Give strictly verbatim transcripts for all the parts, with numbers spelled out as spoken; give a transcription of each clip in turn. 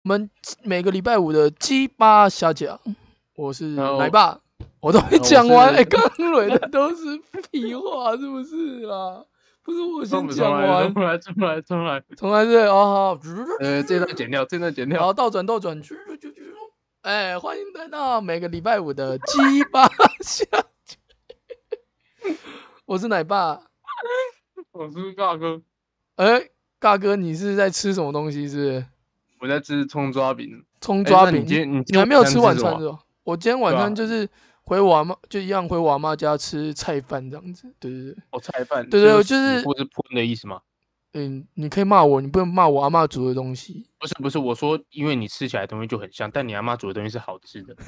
我们每个礼拜五的鸡巴下讲，我是奶爸，我都会讲完。哎，刚蕊的都是屁话，是不是啦？不是我先讲完， 重来，重来，重来， 重来是哦好。 呃，这段剪掉，这段剪掉。 然后倒转，倒转，哎，欢迎来到每个礼拜五的鸡巴下讲。我是奶爸， 我是尬哥。 哎，尬哥，你是在吃什么东西？是不是？ 我在吃葱抓饼。 葱抓饼， 你今天 你, 你还没有吃晚餐是吧？我今天晚餐啊就是回我阿妈，就一样回我阿妈家吃菜饭这样子。对对对， 哦，菜饭， 对对，就是或是喷的意思吗？ 嗯，你可以骂我，你不能骂我阿妈煮的东西。 不是不是，我说因为你吃起来的东西就很像，但你阿妈煮的东西是好吃的。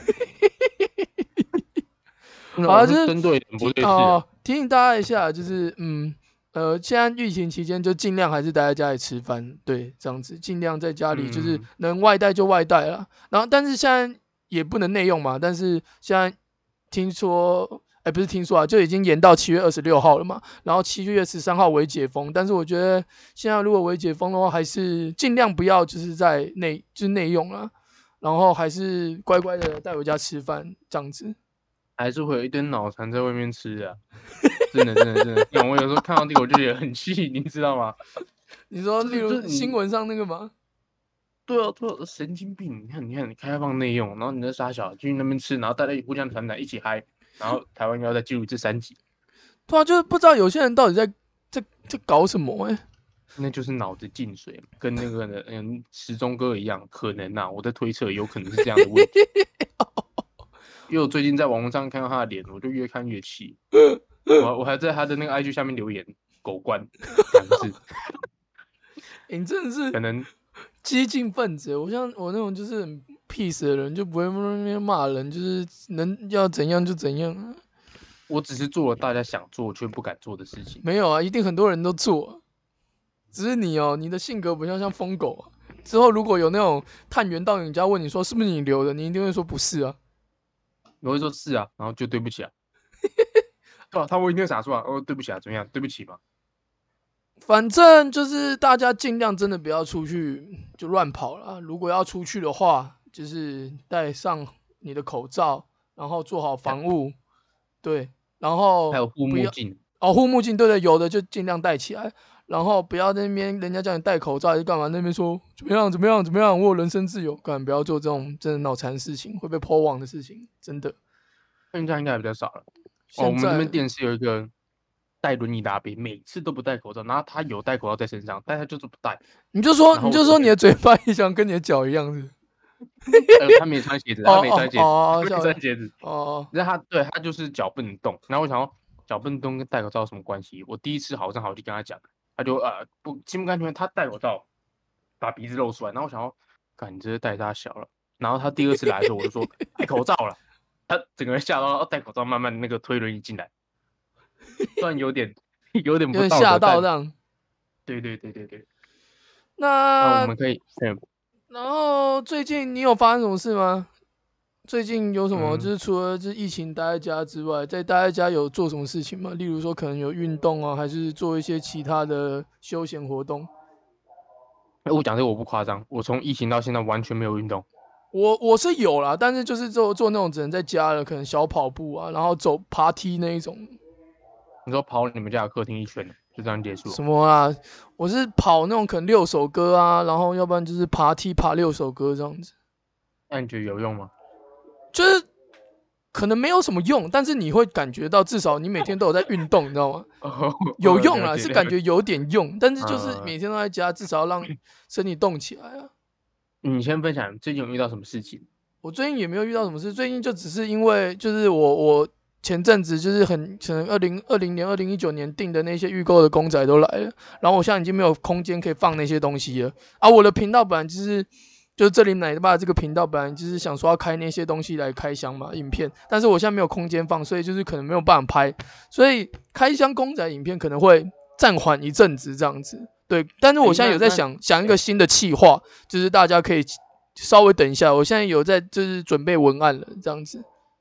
好，就是针对人不对事哦，提醒大家一下，就是嗯。呃，现在疫情期间就尽量还是待在家里吃饭，对，这样子尽量在家里就是能外带就外带啦。然后，但是现在也不能内用嘛。但是现在听说，哎、欸，不是听说啊，就已经延到七月二十六号了嘛。然后七月十三号为解封，但是我觉得现在如果为解封的话，还是尽量不要就是在内就是内用啦，然后还是乖乖的带回家吃饭这样子。 还是会有一堆脑残在外面吃啊。真的真的真的，我有时候看到这个我就觉得很气，你知道吗？ 你说，例如新闻上那个吗？ 对啊，对啊，神经病！你看，你看，你开放内用，然后你在傻小去那边吃，然后大家互相传染，一起嗨，然后台湾要再记录这三集。 对啊，就是不知道有些人到底在在在搞什么哎、欸。 那就是脑子进水，跟那个嗯时钟哥一样，可能啊，我在推测有可能是这样的问题。因为我最近在网络上看到他的脸，我就越看越气。我我还在他的那个 I G 下面留言“狗官”两个字。 你真的是可能激进分子。我像我那种就是很 peace 的人，就不会那边骂人，就是能要怎样就怎样啊。 我只是做了大家想做却不敢做的事情。 没有啊，一定很多人都做，只是你哦，你的性格不像像疯狗啊。之后如果有那种探员到你家问你说是不是你留的，你一定会说不是啊。 我会说是啊，然后就对不起啊。对啊，他会一定傻出来，哦，对不起啊，怎么样？对不起嘛。 反正就是大家尽量真的不要出去就乱跑了。如果要出去的话，就是戴上你的口罩，然后做好防护，对，然后还有护目镜哦，护目镜，对对，有的就尽量戴起来，然后不要在那边人家叫你戴口罩还是干嘛，那边说怎么样怎么样怎么样，我有人身自由，干不要做这种真的脑残事情，会被破网的事情，真的。 现在应该还比较少了。哦，我们这边电视有一个带轮椅的阿伯，每次都不戴口罩，然后他有戴口罩在身上，但他就是不戴。 你就说，你就说你的嘴巴也想跟你的脚一样是呃，他没穿鞋子，他没穿鞋子， 哦， 没穿鞋子。 哦， 然后他对他就是脚不能动。然后我想说，脚不能动跟戴口罩有什么关系？我第一次好声好气跟他讲，他就呃不心不甘情愿，他戴口罩把鼻子露出来。然后我想说，干你这是戴他小了。然后他第二次来的时候，我就说戴口罩了。他整个人吓到，戴口罩慢慢那个推轮椅进来，虽然有点有点不道德， 吓到这样。 对对对对对。 那、 呃、我们可以。嗯。 然后最近你有发生什么事吗？最近有什么？ 嗯、 就是除了就是疫情待在家之外，在待在家有做什么事情吗？例如说可能有运动啊，还是做一些其他的休闲活动？ 我讲这个我不夸张，我从疫情到现在完全没有运动。 我我是有啦，但是就是做做那种只能在家的，可能小跑步啊，然后走爬梯那一种。 你说跑你们家的客厅一圈，就这样结束？ 什么啊？我是跑那种可能六首歌啊，然后要不然就是爬梯爬六首歌这样子。 那你觉得有用吗？ 就是可能没有什么用，但是你会感觉到至少你每天都有在运动，你知道吗？有用啦，是感觉有点用，但是就是每天都在家，至少要让身体动起来啊。 你先分享最近有遇到什么事情？ 我最近也没有遇到什么事，最近就只是因为就是我我前阵子就是很可能二零二零年、二零一九年订的那些预购的公仔都来了，然后我现在已经没有空间可以放那些东西了。啊，我的频道本来就是就是这里奶爸这个频道本来就是想说要开那些东西来开箱嘛，影片，但是我现在没有空间放，所以就是可能没有办法拍，所以开箱公仔影片可能会暂缓一阵子这样子。对，但是我现在有在想想一个新的企划，就是大家可以稍微等一下，我现在有在就是准备文案了，这样子。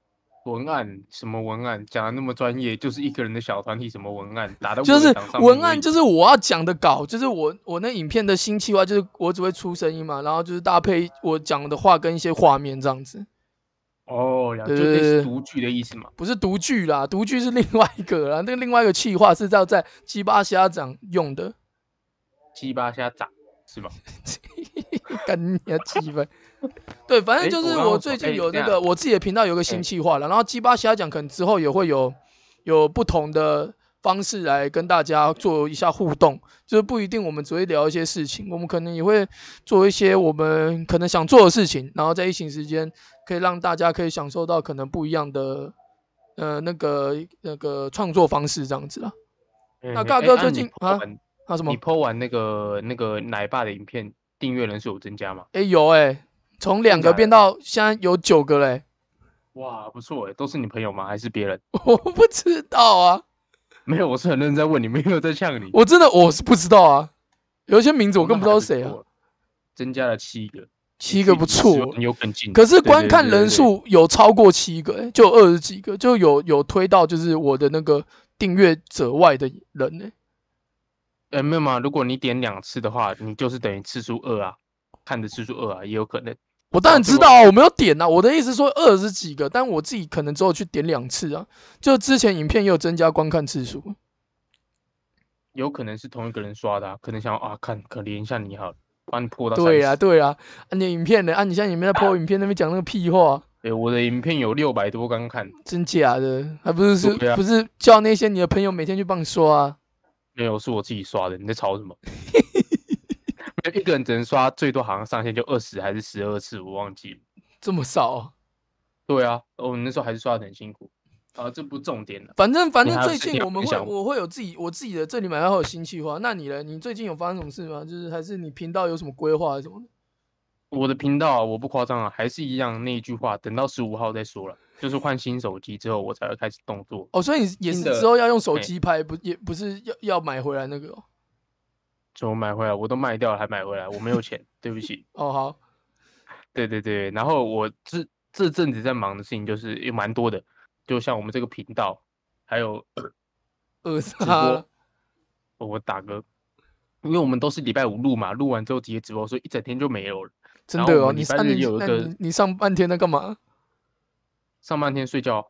文案什么文案讲的那么专业，就是一个人的小团体，什么文案打在就是文档上面文案， 而已。 就是我要讲的稿，就是我我那影片的新企划，就是我只会出声音嘛，然后就是搭配我讲的话跟一些画面这样子。 哦，了， 对就类对对， 似读剧的意思嘛。 不是读剧啦，读剧是另外一个啦，那个另外一个企划是要在鸡巴虾长用的。 鸡巴虾长是吧？ 干你啊鸡巴！对，反正就是我最近有那个我自己的频道有个新企划了，然后鸡巴虾讲可能之后也会有有不同的方式来跟大家做一下互动，就是不一定我们只会聊一些事情，我们可能也会做一些我们可能想做的事情，然后在疫情时间可以让大家可以享受到可能不一样的呃那个那个创作方式这样子啦。那尬哥最近啊啊什么？ 你 po 完那个那个奶爸的影片，订阅人数有增加吗？ 哎、欸、有哎、欸，从两个变到现在有九个嘞、欸。 哇，不错哎，都是你朋友吗？还是别人？ 我不知道啊， 没有，我是很认真在问你，没有在呛你。 我真的我是不知道啊，有一些名字我更不知道谁啊。 增加了七个， 七个不错， 有更近。 可是观看人数有超过七个、欸，就二十几个，就有有推到就是我的那个订阅者外的人呢、欸。 呃、欸，没有嘛？如果你点两次的话，你就是等于次数二啊，看的次数二啊，也有可能。 我当然知道啊，我没有点啊。我的意思说二十几个，但我自己可能只有去点两次啊。就之前影片也有增加观看次数， 有可能是同一个人刷的、啊，可能想啊看可怜一下你好了，把你破到对啊对啊，啊你的影片呢？啊你现在影片在 po 影片那边讲那个屁话。 对，我的影片有六百多观看， 真假的？还不是是、 啊、 不是叫那些你的朋友每天去帮你刷啊？ 没有，是我自己刷的。你在吵什么？一个人只能刷最多，好像上限就二十还是十二次，我忘记了。 这么少、啊？ 对啊，我、哦、那时候还是刷的很辛苦啊，这不重点了。 反正反正最近我们会我会有自己我自己的这里面还会有新计划。那你呢？你最近有发生什么事吗？就是还是你频道有什么规划还是什么的？ 我的频道、啊、我不夸张啊，还是一样那一句话，等到十五号再说了。就是换新手机之后，我才会开始动作。 哦，所以你也是之后要用手机拍，不也不是要要买回来那个、哦？ 怎么买回来？我都卖掉了还买回来，我没有钱，对不起。 哦，好。 对对对，然后我这这阵子在忙的事情就是有蛮多的，就像我们这个频道，还有呃直播。我打个，因为我们都是礼拜五录嘛，录完之后直接直播，所以一整天就没有了。 真的哦， 礼拜日有一个， 你你上半天在干嘛？ 上半天睡觉。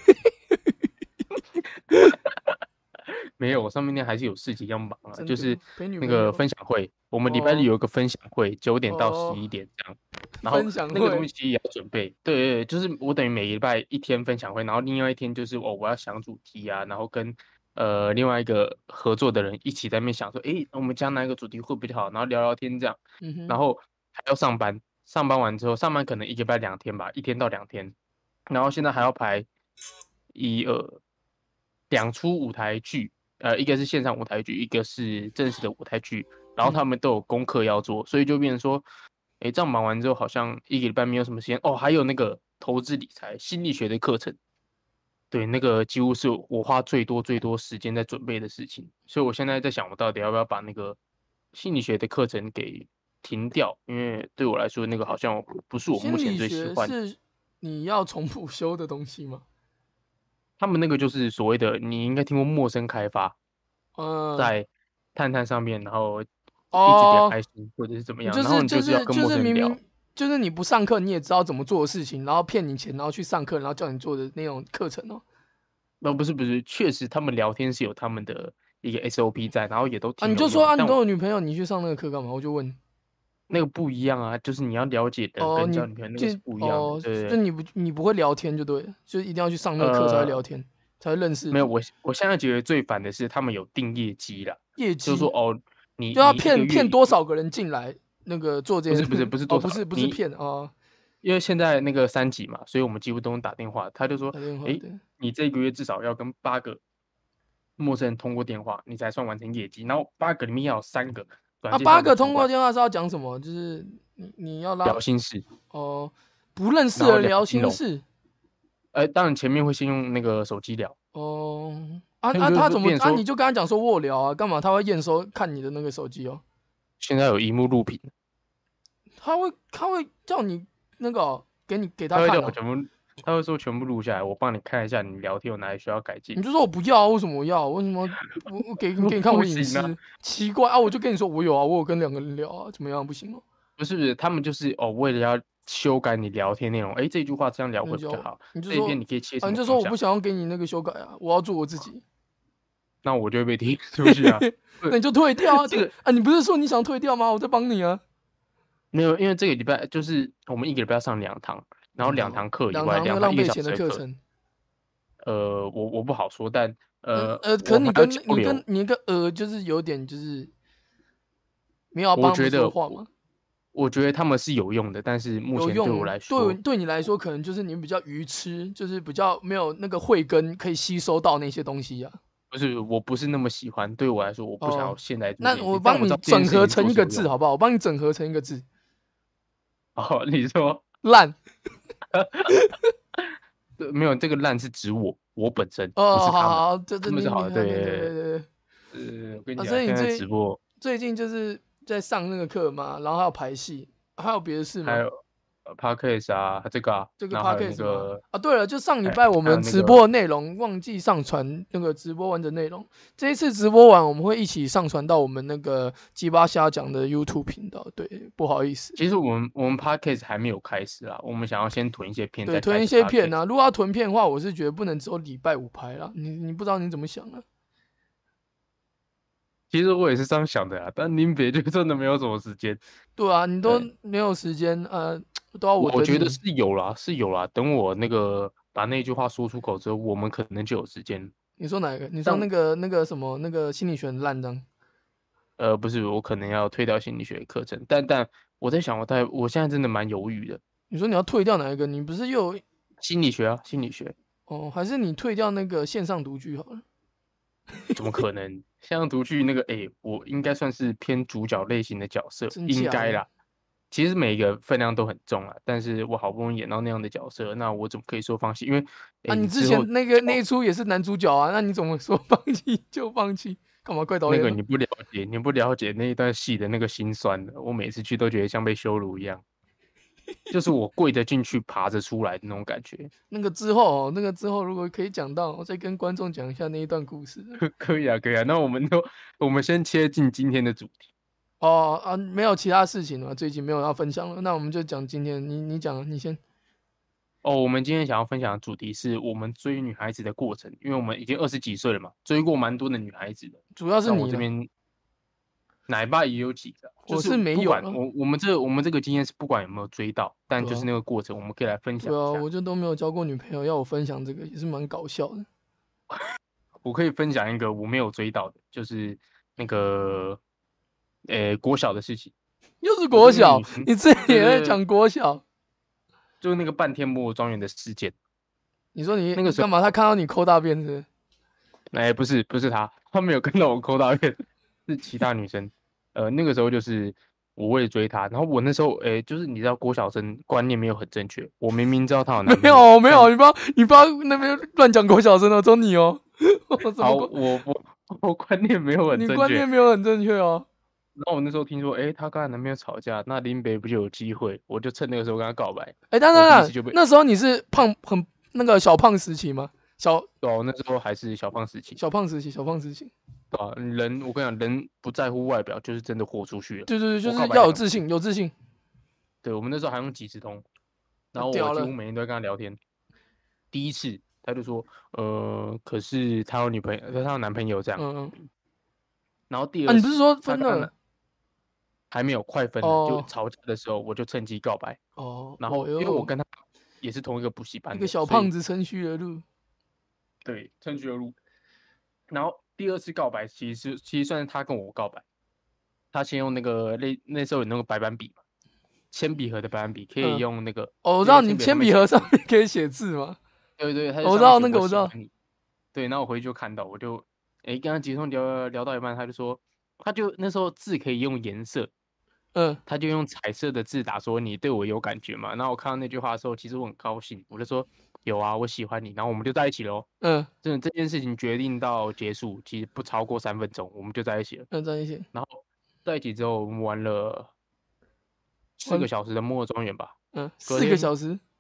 没有，我上半天还是有事情要忙啊，就是那个分享会，我们礼拜日有一个分享会，九点到十一点这样。然后那个东西也要准备，对对对，就是我等于每礼拜一天分享会，然后另外一天就是哦，我要想主题啊，然后跟呃另外一个合作的人一起在那边想说，哎，我们讲哪一个主题会比较好，然后聊聊天这样。 嗯、 然后还要上班，上班完之后，上班可能一个礼拜两天吧，一天到两天。然后现在还要排一二两出舞台剧，呃，一个是线上舞台剧，一个是正式的舞台剧，然后他们都有功课要做，嗯、所以就变成说，哎，这样忙完之后，好像一个礼拜没有什么时间哦。还有那个投资理财、心理学的课程，对，那个几乎是我花最多最多时间在准备的事情，所以我现在在想，我到底要不要把那个心理学的课程给停掉，因为对我来说，那个好像不是我目前最喜欢的。 是你要重补修的东西吗？ 他们那个就是所谓的，你应该听过陌生开发， 嗯， 在探探上面，然后一直点爱心、哦、或者是怎么样， 就是、 然后你就是要跟陌生人聊。 就是明明就是你不上课，你也知道怎么做的事情，然后骗你钱，然后去上课，然后叫你做的那种课程哦。 那、呃、不是不是，确实他们聊天是有他们的一个 S O P 在，然后也都挺啊，你就说啊，你都有女朋友，你去上那个课干嘛？我就问。 那个不一样啊，就是你要了解的跟交女朋友那个是不一样的， 哦、 对对就你不你不会聊天就对了，就一定要去上那个课才会聊天，呃、才会认识。 没有，我我现在觉得最烦的是他们有定业绩啦， 业绩就是说哦，你就要骗骗多少个人进来那个做这件事， 不是不是不是多少， 哦、不是不是骗啊。 因为现在那个三级嘛，所以我们几乎都用打电话。他就说，哎，你这个月至少要跟八个陌生人通过电话，你才算完成业绩。然后八个里面要有三个。 啊，八个通过电话是要讲什么？就是你你要拉聊心事哦，不认识的聊心事。 呃，当然前面会先用那个手机聊。 哦，啊啊，他怎么啊？你就跟他讲说卧聊啊，干嘛？他会验收看你的那个手机哦。 现在有萤幕录屏， 他会他会叫你那个、哦、给你给他看、啊。他会啊、 叫我全部他会说全部录下来，我帮你看一下你聊天有哪里需要改进。 你就说我不要啊，为什么我要？为什么我我给给你看我隐私？ 啊、 奇怪啊！我就跟你说我有啊，我有跟两个人聊啊，怎么样？不行吗？ 不是不是，他们就是哦，为了要修改你聊天内容，哎，这句话这样聊会比较好。 你就说， 这边你可以切什啊， 么？ 你就说我不想要给你那个修改啊，我要做我自己。 那我就会被踢出去啊。 那你就退掉啊！ 这个啊，你不是说你想退掉吗？我在帮你啊。 没有，因为这个礼拜就是我们一个礼拜要上两堂，然后两堂课以外，两堂一个小时的课程。 呃，我我不好说，但呃呃，可你跟你跟你跟呃，就是有点就是没有帮他们说话吗？ 我觉得他们是有用的，但是目前对我来说， 对对你来说，可能就是你比较愚痴，就是比较没有那个慧根可以吸收到那些东西呀、啊。 不是，我不是那么喜欢。对我来说，我不想要现在、哦。 那我帮你整合成一个字，好不好？我帮你整合成一个字。 哦，你说烂？ 没有，这个烂是指我，我本身， 哦， 不是他们。 好好，这这他们是好的，对对对对对。 呃，我跟你讲， 所以你最直播最近就是在上那个课嘛，然后还有排戏，还有别的事吗？ 还有 podcast 啊，这个啊， 这个 podcast 那个啊，对了，就上礼拜我们直播的内容忘记上传那个直播完的内容，这一次直播完我们会一起上传到我们那个鸡巴虾讲的 YouTube 频道。对，不好意思， 其实我们我们 podcast 还没有开始啦，我们想要先囤一些片， 对，囤一些片啊。如果要囤片的话，我是觉得不能只有礼拜五拍啦。你你不知道你怎么想啊？ 其实我也是这样想的啊，但林北就真的没有什么时间。 对啊，你都没有时间，呃，都要我等你。 我觉得是有啦，是有啦。等我那个把那句话说出口之后，我们可能就有时间。 你说哪一个？你说那个那个什么那个心理学烂章？ 呃，不是，我可能要退掉心理学课程，但但我在想，我在我现在真的蛮犹豫的。 你说你要退掉哪一个？你不是又心理学啊？心理学哦，还是你退掉那个线上读剧好了？ 怎么可能？线上读剧那个，哎、欸，我应该算是偏主角类型的角色，应该啦。其实每一个分量都很重啊，但是我好不容易演到那样的角色，那我怎么可以说放弃？因为、欸、 啊，你之前那个那一出也是男主角啊，那你怎么说放弃就放弃？干嘛怪导演？ 那个你不了解，你不了解那一段戏的那个心酸的，我每次去都觉得像被羞辱一样。就是我跪着进去，爬着出来的那种感觉。 那个之后，那个之后，如果可以讲到，我再跟观众讲一下那一段故事。 可可以啊，可以啊。那我们都，我们先切进今天的主题。 哦啊，没有其他事情了，最近没有要分享了。那我们就讲今天，你你讲，你先。 哦，我们今天想要分享的主题是我们追女孩子的过程，因为我们已经二十几岁了嘛，追过蛮多的女孩子的。 主要是你我这边。奶爸也有几个， 我是没有。 我我们这我们这个经验是不管有没有追到，但就是那个过程，我们可以来分享一下。 对啊，我就都没有交过女朋友，要我分享这个也是蛮搞笑的。 我可以分享一个我没有追到的，就是那个，呃，国小的事情。 又是国小，你自己也在讲国小， 就是那个半天末庄园的事件。 你说你那个干嘛？他看到你抠大便是？ 哎，不是，不是他，他没有看到我抠大便。是其他女生，呃，那个时候就是我为了追她，然后我那时候，哎，就是你知道郭小生观念没有很正确，我明明知道他有男朋友， 没有没有，你不要你不要那边乱讲郭小生哦，只你哦。 好，我我我观念没有很正确， 你观念没有很正确哦。 然后我那时候听说，哎，他跟她男朋友吵架，那林北不就有机会？我就趁那个时候跟他告白。 哎，当然了，那时候你是胖很那个小胖时期吗？小对，那时候还是小胖时期， 小胖时期，小胖时期。 对啊，人我跟你讲，人不在乎外表，就是真的豁出去了。 对对对，就是要有自信，有自信。 对，我们那时候还用即时通，然后我几乎每天都在跟他聊天。第一次他就说，呃，可是他有女朋友，他有男朋友这样。嗯嗯。然后第二次， 啊，你不是说分了？ 还没有，快分了，哦、就吵架的时候，我就趁机告白。 哦。 然后因为我跟他也是同一个补习班的， 一个小胖子趁虚而入。 对，趁虚而入。然后第二次告白，其实其实算是他跟我告白。他先用那个那那时候有那个白板笔嘛，铅笔盒的白板笔可以用那个。嗯、 哦，我知道你铅笔盒上面可以写字吗？ 对对，他我知道那个，我知道。 对，然后我回去就看到，我就哎跟他接通聊聊到一半，他就说，他就那时候字可以用颜色，嗯，他就用彩色的字打说你对我有感觉嘛。然后我看到那句话的时候，其实我很高兴，我就说。有啊，我喜欢你，然后我们就在一起喽。嗯，真的这件事情决定到结束，其实不超过三分钟，我们就在一起了。 嗯，在一起。 然后在一起之后，我们玩了四个小时的末庄园吧。 嗯，四个小时。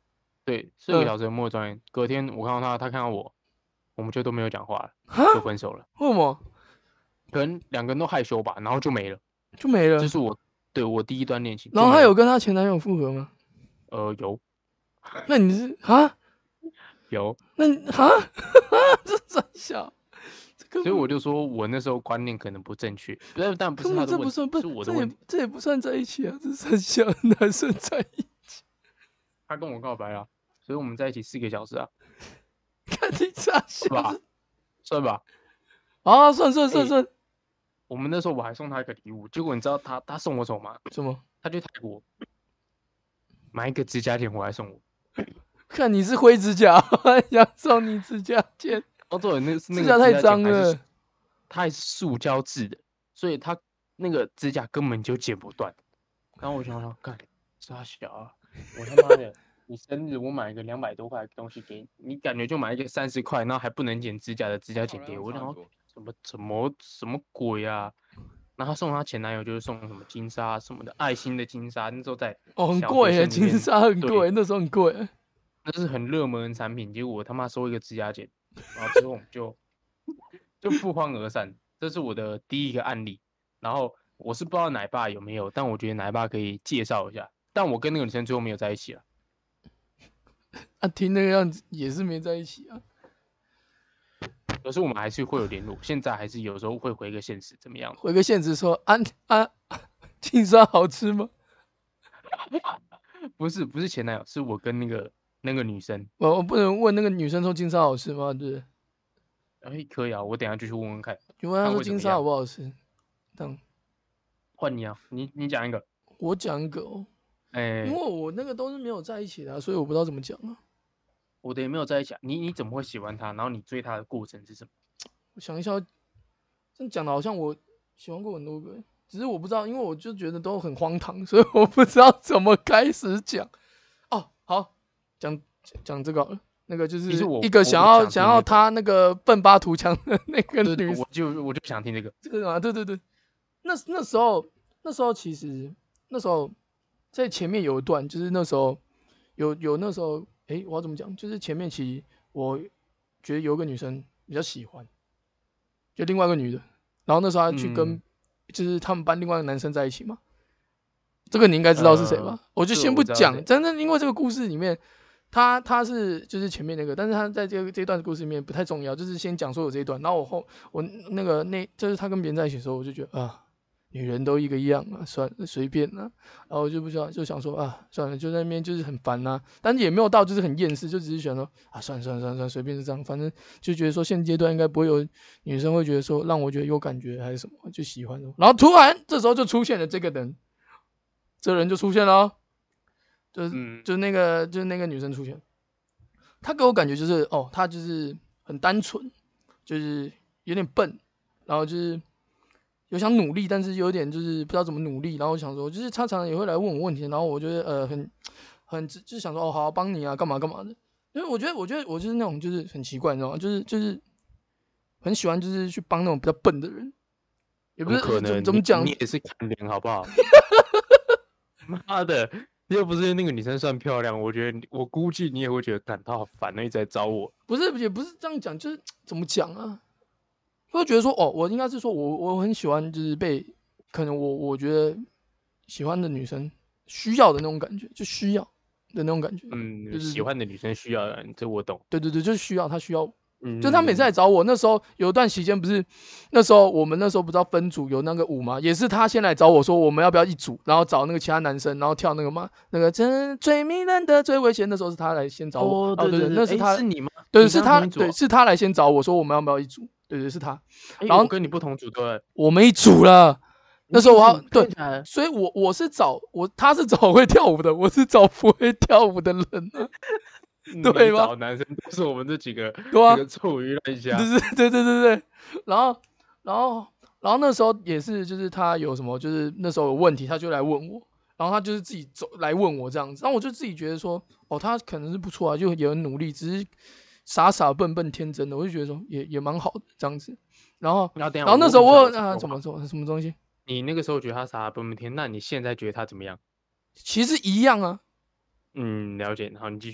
对，四个嗯小时的默专员，隔天我看到他，他看到我，我们就都没有讲话了， 哈， 就分手了。 为什么可能两个人都害羞吧，然后就没了。 就没了？ 这是我对我第一段恋情然后她有就没了。 跟她前男友复合吗？ 呃，有那你是啊？ 有， 那你啊？这真小，这根本所以我就说我那时候观念可能不正确，不是，但不是根本他的问题， 这不算不， 是我的这也问题。 这也不算在一起啊，这是很小男生在一起， 他跟我告白了，所以我们在一起四个小时啊， 看你傻笑是吧？算吧。 啊！算算算哎算， 我们那时候我还送他一个礼物，结果你知道他他送我什么吗？ 什么？ 他去泰国买一个指甲剪回来送我。 看你是灰指甲，还想送你指甲剪， 然后重点那个是那指甲太个指甲脏了剪还是它还是塑胶制的，所以它那个指甲根本就剪不断。然后我想想，干傻小啊！我他妈的，你生日我买一个两百多块的东西给你，你感觉就买一个三十块，然后还不能剪指甲的指甲剪给我，我想说什么什么什么鬼啊？然后她送她前男友就是送什么金沙什么的，爱心的金沙，那时候在哦，很小贵耶， 学生里面金沙很对贵，那时候很贵。 那是很热门的产品，结果我他妈收一个指甲剪，然后之后我们就就不欢而散。这是我的第一个案例。然后我是不知道奶爸有没有，但我觉得奶爸可以介绍一下。但我跟那个女生最后没有在一起了。 啊，听那个样子也是没在一起啊。 可是我们还是会有联络，现在还是有时候会回个现实，怎么样？ 回个现实说，啊啊，金沙好吃吗？ 不是不是前男友，是我跟那个那个女生。 我我不能问那个女生说金沙好吃吗？对不对？ 哎，可以啊，我等一下继续问问看。 你问她看说金沙好会怎么样？ 不好吃？这样换你啊，你你讲一个。 我讲一个哦，因为哎， 我那个都是没有在一起的啊、所以我不知道怎么讲啊。 我的也没有在一起啊。你你怎么会喜欢他？然后你追他的过程是什么？ 我想一下，这样讲的好像我喜欢过很多个欸，只是我不知道，因为我就觉得都很荒唐，所以我不知道怎么开始讲。哦，好，讲讲这个好了，那个就是其实我一个我不想要想要想听那个他那个笨巴图强的那个对对， 女生， 我就我就想听这个。 这个啊，对对对，那那时候那时候其实那时候在前面有一段，就是那时候有有那时候，诶，我要怎么讲？就是前面其实我觉得有一个女生比较喜欢，就另外一个女的，然后那时候她去跟、 嗯， 就是他们班另外一个男生在一起嘛。这个你应该知道是谁吧？ 呃， 我就这个先不讲， 我知道是谁。 真正因为这个故事里面，他他是就是前面那个，但是他在这个这一段故事里面不太重要，就是先讲说有这一段，然后我后我那个那就是他跟别人在一起的时候，我就觉得啊，女人都一个样啊，算了随便啦、然后我就不知道就想说啊，算了，就在那边就是很烦呐、啊，但是也没有到就是很厌世，就只是想说啊，算了算了算了算了，随便是这样，反正就觉得说现阶段应该不会有女生会觉得说让我觉得有感觉还是什么，就喜欢什么，然后突然这时候就出现了这个人。这个人就出现了、哦，就是、 嗯， 就是那个就是那个女生出现，她给我感觉就是哦，她就是很单纯，就是有点笨，然后就是有想努力，但是有点就是不知道怎么努力，然后我想说，就是她常常也会来问我问题，然后我觉得呃很很就是想说哦，好好帮你啊，干嘛干嘛的，因为我觉得我觉得我就是那种就是很奇怪，你知道吗？就是就是很喜欢就是去帮那种比较笨的人，也不是怎么可能？你怎么怎么讲你，也是看脸好不好？妈的，又不是那个女生算漂亮，我觉得你我估计你也会觉得，感她好烦，一直在找我。 不是也不是这样讲，就是怎么讲啊？会觉得说，哦，我应该是说我我很喜欢，就是被可能我我觉得喜欢的女生需要的那种感觉，就需要的那种感觉， 嗯， 就是喜欢的女生需要人，这我懂。 对对对，就是需要她需要我。 嗯， 就她每次来找我，那时候有一段时间不是，那时候我们那时候不知道分组有那个舞吗？也是她先来找我说我们要不要一组，然后找那个其他男生，然后跳那个嘛，那个真最迷人的最危险，那时候是她来先找我， 哦，对对对， 那是她， 是你吗？ 对， 你是她， 跟她同一组哦对，是她来先找我说我们要不要一组，对对，是她， 哎， 然后我跟你不同组对。 我们一组了。那时候我要对， 对， 所以我我是找我，他是找会跳舞的，我是找不会跳舞的人啊，对吗？ 找男生都是我们这几个对啊， 这个臭鱼烂虾。 对对对对对对，然后然后然后那时候也是，就是他有什么，就是那时候有问题，他就来问我，然后他就是自己走来问我这样子，然后我就自己觉得说，哦，他可能是不错啊，就也很努力，只是傻傻笨笨天真的，我就觉得说也也蛮好的这样子，然后然后等下， 然后那时候我有啊怎怎么怎么什么东西， 你那个时候觉得他傻笨笨天，那你现在觉得他怎么样？ 其实一样啊。 嗯，了解。好，你继续。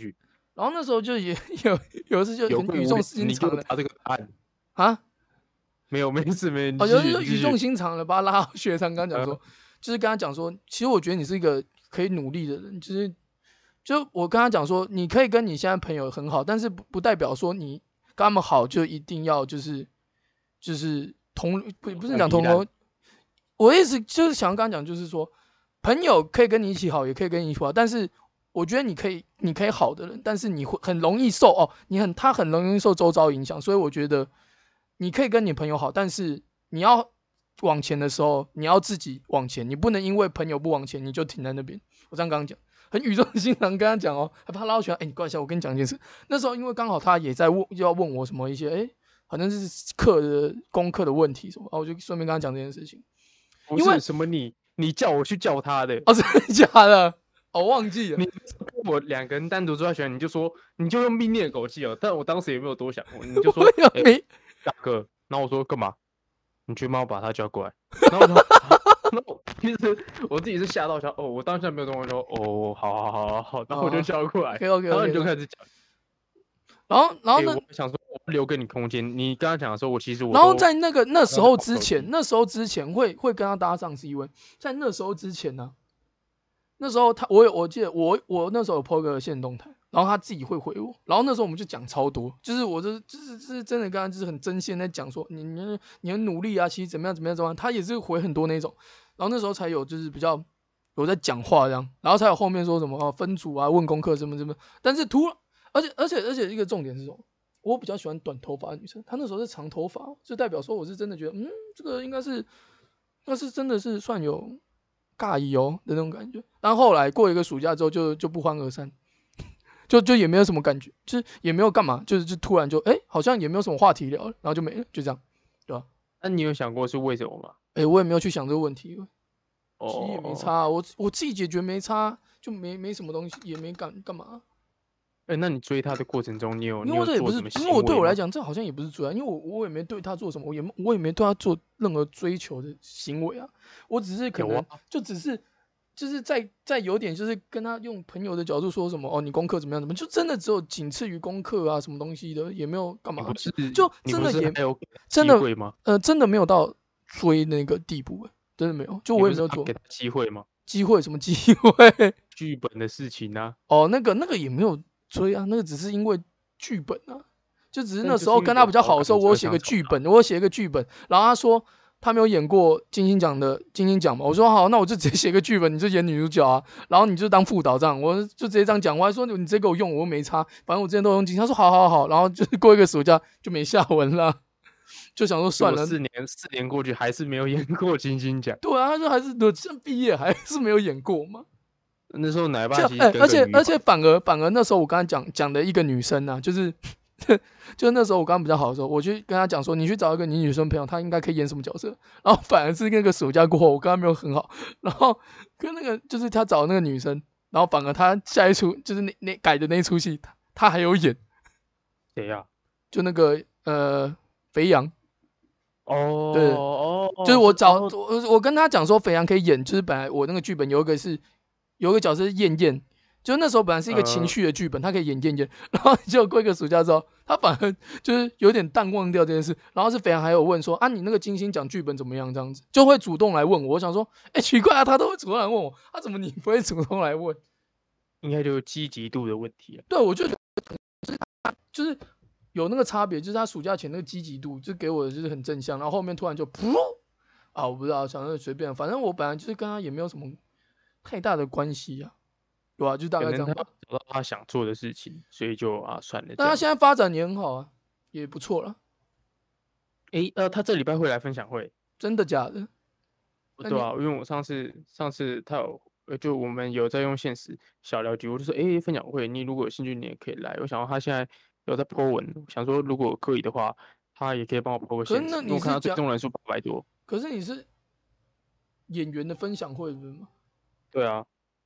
然后那时候就也有有一次就很语重心长的， 答这个答案啊， 没有，没事没事。 哦，就是语重心长的把他拉到学堂，跟他讲说， 呃、 就是跟他讲说，其实我觉得你是一个可以努力的人，就是就我跟他讲说，你可以跟你现在朋友很好，但是不不代表说你跟他们好就一定要就是就是同不不是讲同流，我的意思就是想要跟他讲，就是说朋友可以跟你一起好，也可以跟你一起好，但是我觉得你可以你可以好的人，但是你会很容易受哦，你很他很容易受周遭影响，所以我觉得你可以跟你朋友好，但是你要往前的时候，你要自己往前，你不能因为朋友不往前你就停在那边。我这样刚刚讲。很语重心长跟他讲哦，还怕他拉起来。哎，你过来一下，我跟你讲一件事。那时候因为刚好他也在问，就要问我什么一些，哎，好像是课的功课的问题什么，我就顺便跟他讲这件事情。 因为什么你你叫我去叫他的？ 哦，真的假的？我、哦、忘记了。 你跟我两个人单独坐在学校，你就说你就用命令的口气哦。但我当时也没有多想，你就说没、欸、 大哥，然后我说干嘛？你去帮我把他叫过来。然后我说。那我其实我自己是吓到，想哦，我当下没有跟我说哦，好好好好好，然后我就叫过来， okay, okay, okay, 然后你就开始讲， 然后然后呢、 欸？我想说，我留给你空间。你刚刚讲的时候，我其实我然后在那个那时候之前，那时候之前会会跟他搭上，是因为在那时候之前呢、啊，那时候他我有我记得我我那时候有 po 个限动态，然后他自己会回我，然后那时候我们就讲超多，就是我这就是就是真的跟他就是很真心在讲说你你你很努力啊，其实怎么样怎么样怎么样，他也是回很多那种，然后那时候才有就是比较有在讲话这样，然后才有后面说什么、啊、分组啊问功课什么什么，但是突然而且而且而且一个重点是什么？我比较喜欢短头发的女生，她那时候是长头发，就代表说我是真的觉得嗯这个应该是那是真的是算有尬意哦的那种感觉，但后来过一个暑假之后就就不欢而散，就就也没有什么感觉，就是也没有干嘛，就是就突然就哎、欸、好像也没有什么话题聊了，然后就没了，就这样，对吧？ 那你有想过是为什么吗？ 哎、欸，我也没有去想这个问题， 哦， 其实也没差、啊，我我自己解决没差，就没没什么东西，也没干干嘛。 哎、欸，那你追他的过程中，你有因为这也不是，因为我对我来讲，这好像也不是追啊，因为我我也没对他做什么，我也我也没对他做任何追求的行为啊，我只是可能就只是就是在在有点就是跟他用朋友的角度说什么哦，你功课怎么样怎么样，就真的只有仅次于功课啊什么东西的，也没有干嘛， 是就真的也真的呃真的没有到追那个地步，真的没有，就我也没有做给他机会吗？ 机会什么机会？ 剧本的事情啊， 哦，那个那个也没有。追啊，那个只是因为剧本啊，就只是那时候跟他比较好的时候，我有写个剧本，我有写一个剧本，然后他说他没有演过金星奖的金星奖嘛，我说好，那我就直接写个剧本，你就演女主角啊，然后你就当副导这样，我就直接这样讲，我还说你直接给我用，我又没差，反正我之前都用金星，他说好好好，然后就是过一个暑假就没下文了，就想说算了， 四年四年过去还是没有演过金星奖， 对啊，他说还是我正毕业还是没有演过嘛。 那时候奶爸其实、 欸、而且而且反而反而那时候我刚才讲讲的一个女生啊，就是就是那时候我刚刚比较好的时候，我去跟她讲说，你去找一个你女生朋友，她应该可以演什么角色。然后反而是那个暑假过后，我跟她没有很好，然后跟那个就是他找那个女生，然后反而他下一出就是那那改的那一出戏，他他还有演。 谁呀、啊？ 就那个呃肥羊。 哦， 对， 哦， 就是我找、 哦、 我我跟他讲说肥羊可以演，就是本来我那个剧本有一个是。有一个角色是燕燕，就那时候本来是一个情绪的剧本，他、呃、可以演燕燕，然后结果过一个暑假之后，他反而就是有点淡忘掉这件事。然后是肥羊还有问说啊，你那个金星讲剧本怎么样？这样子就会主动来问我。我想说，哎、欸，奇怪啊，他都会主动来问我，他、啊、怎么你不会主动来问？ 应该就是积极度的问题啊。 对，我就觉得就是有那个差别，就是他暑假前那个积极度，就给我的就是很正向，然后后面突然就噗啊，我不知道，想说随便，反正我本来就是跟他也没有什么太大的关系啊。对啊，就大概这样吧。 找到他想做的事情，所以就啊算了。 但他现在发展也很好啊，也不错了。 哎、欸，呃，他这礼拜会来分享会， 真的假的？ 对啊，因为我上次上次他有，就我们有在用现实小聊局，我就说，哎、欸，分享会，你如果有兴趣，你也可以来。我想到他现在有在 po 文，想说如果可以的话，他也可以帮我 po 个现实。因为我看他追踪人数八百多。 可是你是演员的分享会不是吗？ 对啊。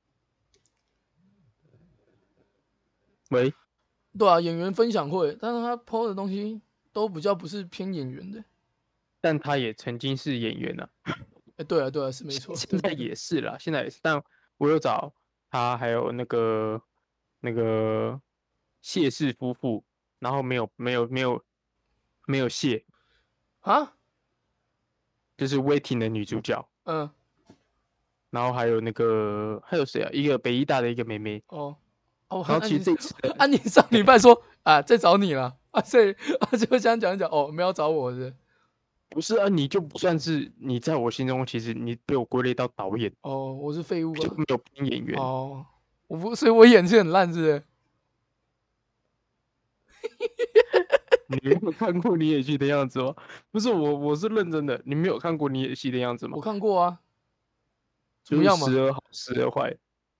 喂， 对啊，演员分享会，但是他 po 的东西都比较不是偏演员的， 但他也曾经是演员啊。 哎、欸，对啊，对啊，是没错， 现在也是啦，现在也是，但我有找他，还有那个那个谢氏夫妇，然后没有没有没有没有谢啊， 就是 Waiting 的女主角， 嗯， 然后还有那个还有谁啊？一个北医大的一个妹妹。 哦，哦， 然后啊你其实这一次的啊，你上礼拜说啊在找你了啊，所以啊就这样讲一讲，哦，没有找我是不是不是啊，你就不算是你在我心中，其实你被我归类到导演， 哦，我是废物啊， 就没有编演员。 哦，我不，所以我演技很烂是不是？ 你没有看过你演戏的样子吗？不是我，我是认真的。你没有看过你演戏的样子吗我？看过啊，怎就是么样嘛？ 时而好，时而坏。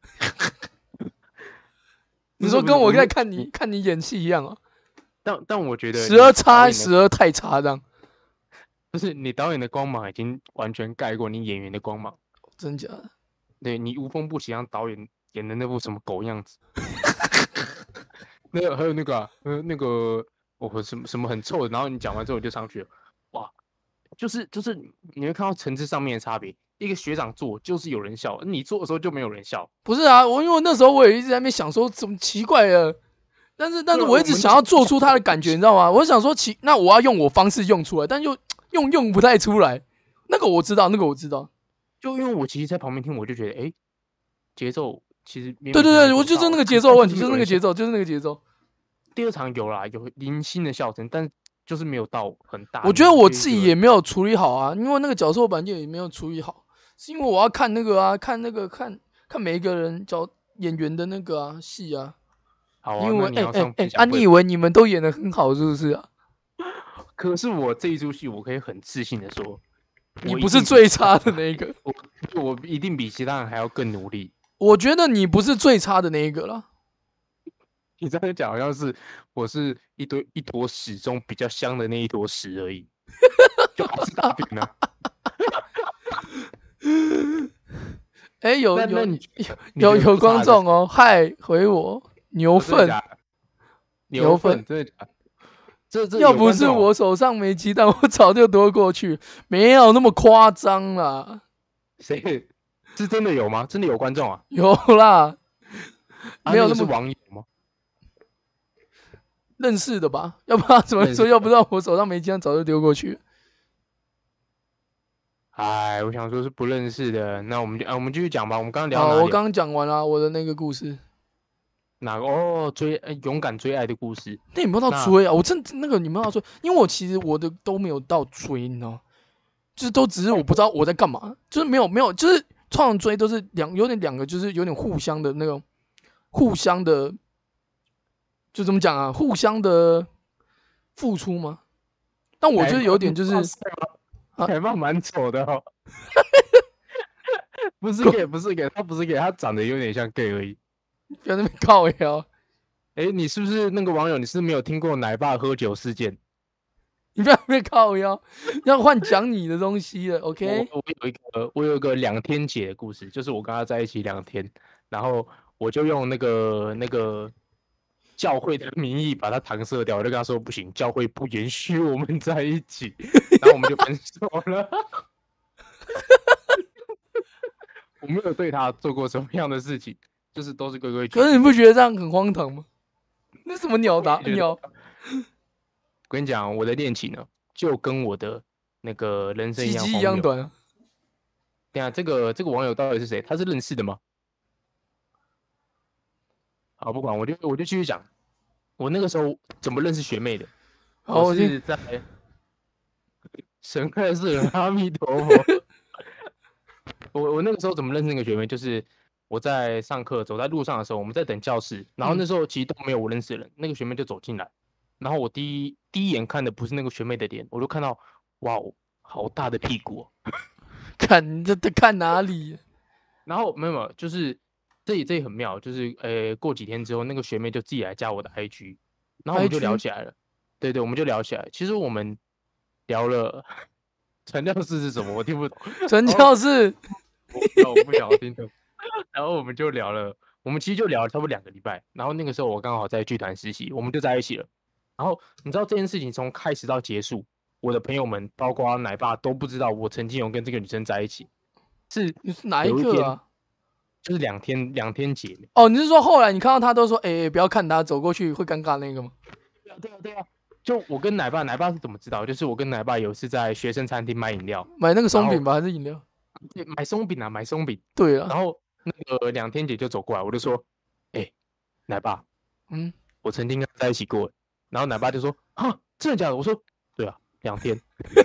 你说跟我不是不是我没有在看你看你演戏一样啊， 但但我觉得时而你差， 导演的时而太差，这样不是你导演的光芒已经完全盖过你演员的光芒。 真假的？ 对你无风不起让导演演的那部什么狗样子，那个还有那个啊呃那个我什么什么很臭的，然后你讲完之后我就上去了，哇，就是就是你会看到层次上面的差别。一个学长做就是有人笑，你做的时候就没有人笑。 不是啊，我因为那时候我也一直在那边想说怎么奇怪的，但是但是对啊我一直我们那想要做出他的感觉，你知道吗？我想说奇，那我要用我方式用出来，但又用用不太出来。那个我知道，那个我知道。 就因为我其实在旁边听，我就觉得哎，节奏其实勉对对对， 勉强强有到， 我就是那个节但但就奏问题，就是是没有人笑。 那个节奏，就是那个节奏。 第二场有啦，有零星的笑声，但就是没有到很大那种。 我觉得我自就会觉得己也没有处理好啊，因为那个角色我本来就也没有处理好，是因为我要看那个啊，看那个看看每一个人角演员的那个啊戏啊。 好啊， 你以为那你要哎哎哎啊？ 上分享会。 你以为你们都演的很好是不是啊？ 可是我这一出戏，我可以很自信的说， 你我一不是最定比其他差的那一个， 我我一定比其他人还要更努力。 我觉得你不是最差的那一个啦。 你这样讲好像是我是一堆一坨屎中比较香的那一坨屎而已，就还是大便呢、 哎、有有那那你你有有觉得不差的是观众哦，嗨回我牛粪真的假的？ 牛牛粪粪真的假的？这这要不有观众哦是我手上没鸡蛋，我早就夺过去，没有那么夸张啦。 谁是真的有吗？真的有观众啊？ 有啦， 啊那个是没有那么网友吗？ 认识的吧？要不然怎么说？ 认识要不知道我手上没鸡蛋，早就丢过去了。 哎，我想说是不认识的。那我们就啊，我们继续讲吧。我们刚刚聊好， 到哪里啊？ 我刚刚讲完了我的那个故事。 哪个？哦，追呃勇敢追爱的故事。 那有没有到那追啊？我真那个你们要追，因为我其实我的都没有到追，你知道吗？就是都只是我不知道我在干嘛，就是没有没有，就是创常追都是两有点两个，就是有点互相的那种，互相的，就怎么讲啊？互相的付出吗？但我觉得有点就是啊海报蛮丑的哦，不是 gay，不是 gay，他不是 gay，他长得有点像 gay 而已。 不要在那边靠腰， 哎，你是不是那个网友？你是不是没有听过奶爸喝酒事件？ 你不要在那边靠腰，要换讲你的东西了我 ，OK？ 我有一个我有一个两天姐的故事，就是我跟他在一起两天，然后我就用那个那个教会的名义把他搪塞掉，我就跟他说不行，教会不允许我们在一起，然后我们就分手了。我没有对他做过什么样的事情，就是都是规规矩矩。 可是你不觉得这样很荒唐吗？那什么鸟答觉得鸟？ 我跟你讲，我的恋情呢，就跟我的那个人生一鸡鸡样荒谬。 一样短啊！ 等下，这个这个网友到底是谁？他是认识的吗？好，不管，我就我就继续讲。我那个时候怎么认识学妹的？ 好，我听是在神快是阿弥陀佛。我我那个时候怎么认识那个学妹？就是我在上课走在路上的时候，我们在等教室，然后那时候其实都没有我认识的人，那个学妹就走进来，然后我第一第一眼看的不是那个学妹的脸，我就看到哇，好大的屁股、哦。 看你这在看哪里？ 然后没有没有，就是这里这里很妙，就是呃过几天之后，那个学妹就自己来加我的 I G， 然后我们就聊起来了。对对，我们就聊起来。其实我们聊了传教士是什么，我听不懂。 传教士， 我我不想要听懂。然后我们就聊了，我们其实就聊了差不多两个礼拜。然后那个时候我刚好在剧团实习，我们就在一起了。然后你知道这件事情从开始到结束，我的朋友们，包括奶爸都不知道我曾经有跟这个女生在一起。是你是哪一有一天个啊？ 就是两天两天节。 哦，你是说后来你看到他都说，哎、欸，不要看他，走过去会尴尬那个吗？ 对啊，对啊，对啊。就我跟奶爸，奶爸是怎么知道？就是我跟奶爸有次在学生餐厅买饮料， 买那个松饼吧，还是饮料？ 对，买松饼啊，买松饼。 对啊。 然后那个两天姐就走过来，我就说，哎、欸，奶爸，嗯，我曾经跟他在一起过。然后奶爸就说，哈，真的假的？我说，对啊，两天。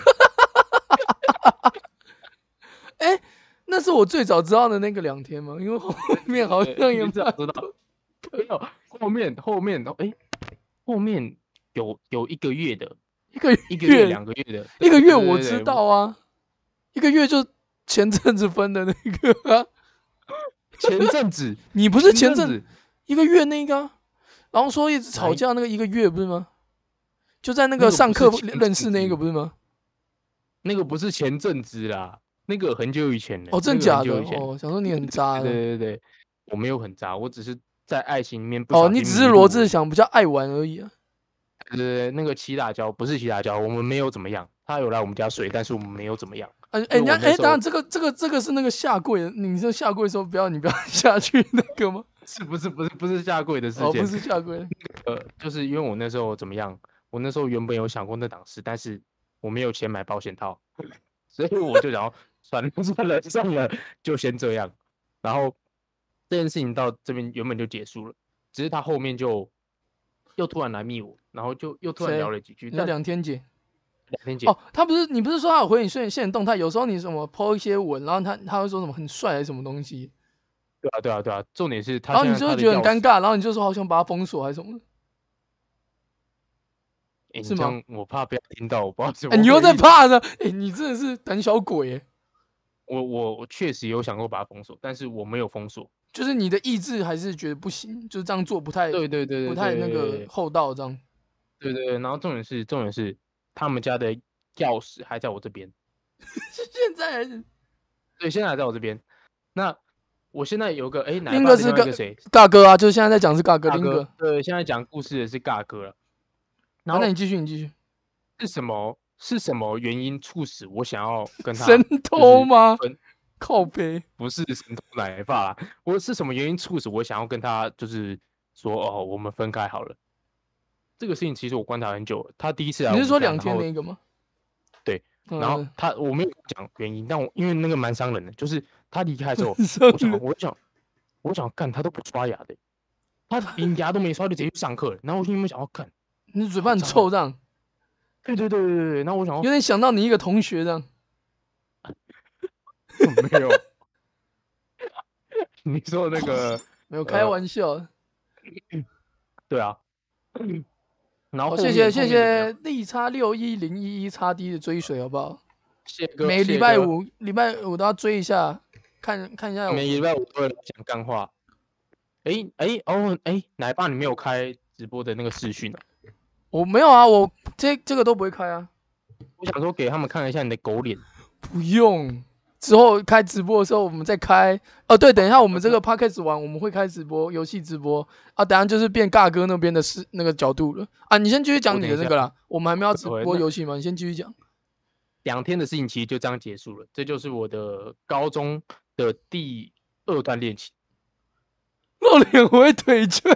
哎、欸，那是我最早知道的那个两天吗？因为后面好像也知道知道，没有后面后面哎、欸，后面有有一个月的， 一个月一个月两个月的， 一个月我知道啊，一个月就前阵子分的那个啊， 前阵子你不是前阵子一个月那个、啊，然后说一直吵架那个一个月不是吗？就在那个上课认识那个不是吗？ 那个不是前阵子啦。那个很久以前了。 哦，真假的？ 那個、 哦，想说你很渣的。 对对对对，我没有很渣，我只是在爱情里面不哦，你只是罗志祥比较爱玩而已啊。 对对对，那个七大交不是七大交，我们没有怎么样。他有来我们家睡，但是我们没有怎么样。 哎、欸，人家哎，当然这个这个这个是那个下跪的，你这下跪说不要你不要下去那个吗？ 是不是不是不是下跪的事件？ 哦，不是下跪。 那个就是因为我那时候怎么样？我那时候原本有想过那档事，但是我没有钱买保险套，所以我就想要算了算了算了，就先这样。然后这件事情到这边原本就结束了，只是他后面就又突然来密我，然后就又突然聊了几句。 那两天姐， 两天姐哦，他不是你不是说他有回你现现实动态？有时候你什么 po 一些文，然后他他会说什么很帅还是什么东西？ 对啊对啊对啊，重点是他， 然后你就会觉得很尴尬，然后你就说好想把他封锁还是什么的。 欸、是吗？我怕不要听到，我不知道怎么、 欸。你又在怕呢？哎、欸，你真的是胆小鬼哎！ 我我我确实有想过把它封锁，但是我没有封锁。 就是你的意志还是觉得不行，就是这样做不太对对对对不太那个厚道这样。 对对对，然后重点是重点是他们家的钥匙还在我这边。 现在还是？ 对，现在还在我这边。那我现在有个哎， 另一个是个谁？ 尬哥啊，就是现在在讲是尬哥， 尬哥。 对，现在讲故事的是尬哥了。 然后、啊、那你继续，你继续。 是什么？是什么原因促使我想要跟他、 就是、神偷吗？靠背不是神偷奶爸啦，我是什么原因促使我想要跟他就是说哦，我们分开好了。这个事情其实我观察很久了。他第一次来， 你是说两天那个吗？ 对，然后他我没有讲原因，但我因为那个蛮伤人的，就是他离开之后，我想我想我想干他都不刷牙的，他连牙都没刷就直接去上课了。然后我心里面想要干， 你嘴巴很臭这样。 对对对对对，然后我想要有点想到你一个同学这样。 没有，你说那个没有开玩笑、呃。 对啊。然后、 哦、谢谢谢谢力叉六一零一一叉 D 的追随，好不好？ 谢哥， 每礼拜五礼拜五都要追一下，看看一下。 每礼拜五都会讲干话。哎、欸、哎、欸、哦哎、欸，奶爸你没有开直播的那个视讯啊？ 我没有啊，我这这个都不会开啊。 我想说给他们看一下你的狗脸。 不用，之后开直播的时候我们再开。哦，对，等一下我们这个 podcast 完，我们会开直播，游戏直播啊。等一下就是变尬哥那边的是那个角度了啊。你先继续讲你的那个啦，我们还没有直播游戏吗？你先继续讲。 两天的事情其实就这样结束了，这就是我的高中的第二段恋情。 露脸我会腿追。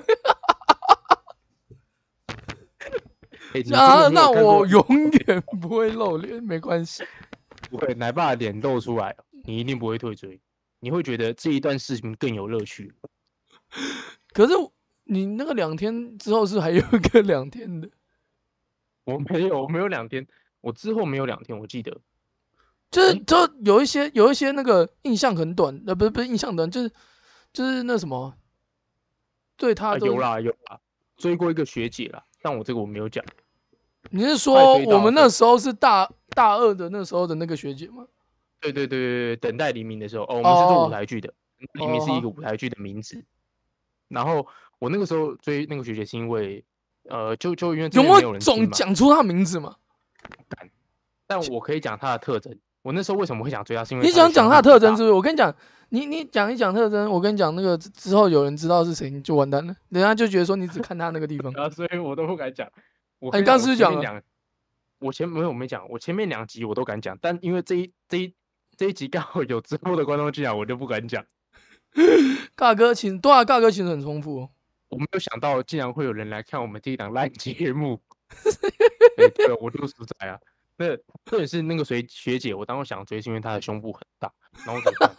欸、 啊，那我永远不会露脸，没关系。 不会，奶爸的脸露出来，你一定不会退追，你会觉得这一段事情更有乐趣。 可是你那个两天之后是还有一个两天的？ 我没有，我没有两天，我之后没有两天，我记得。 就是就有一些有一些那个印象很短，呃，不是不是印象短，就是就是那什么，对他都、 啊、有啦有啦，追过一个学姐啦，但我这个我没有讲。 你是说我们那时候是大大二的那时候的那个学姐吗？ 对对对对，等待黎明的时候，哦，我们是做舞台剧的，黎明是一个舞台剧的名字。然后我那个时候追那个学姐是因为，呃，就就因为有没有总讲出她名字嘛？ 但我可以讲她的特征。我那时候为什么会想追她，是因为你想讲她的特征是不是？我跟你讲，你你讲一讲特征，我跟你讲那个之后有人知道是谁，你就完蛋了，人家就觉得说你只看她那个地方啊，所以我都不敢讲。我你刚是不是讲了？ 我前没有我没讲，我前面两集我都敢讲，但因为这一这一这一集刚好有之后的观众进来，我就不敢讲。 尬歌情对啊，尬歌情很丰富哦。 我没有想到竟然会有人来看我们这一档烂节目。对对，我就实在啊，那这也是那个学学姐，我当时想追是因为她的胸部很大，然后怎么办？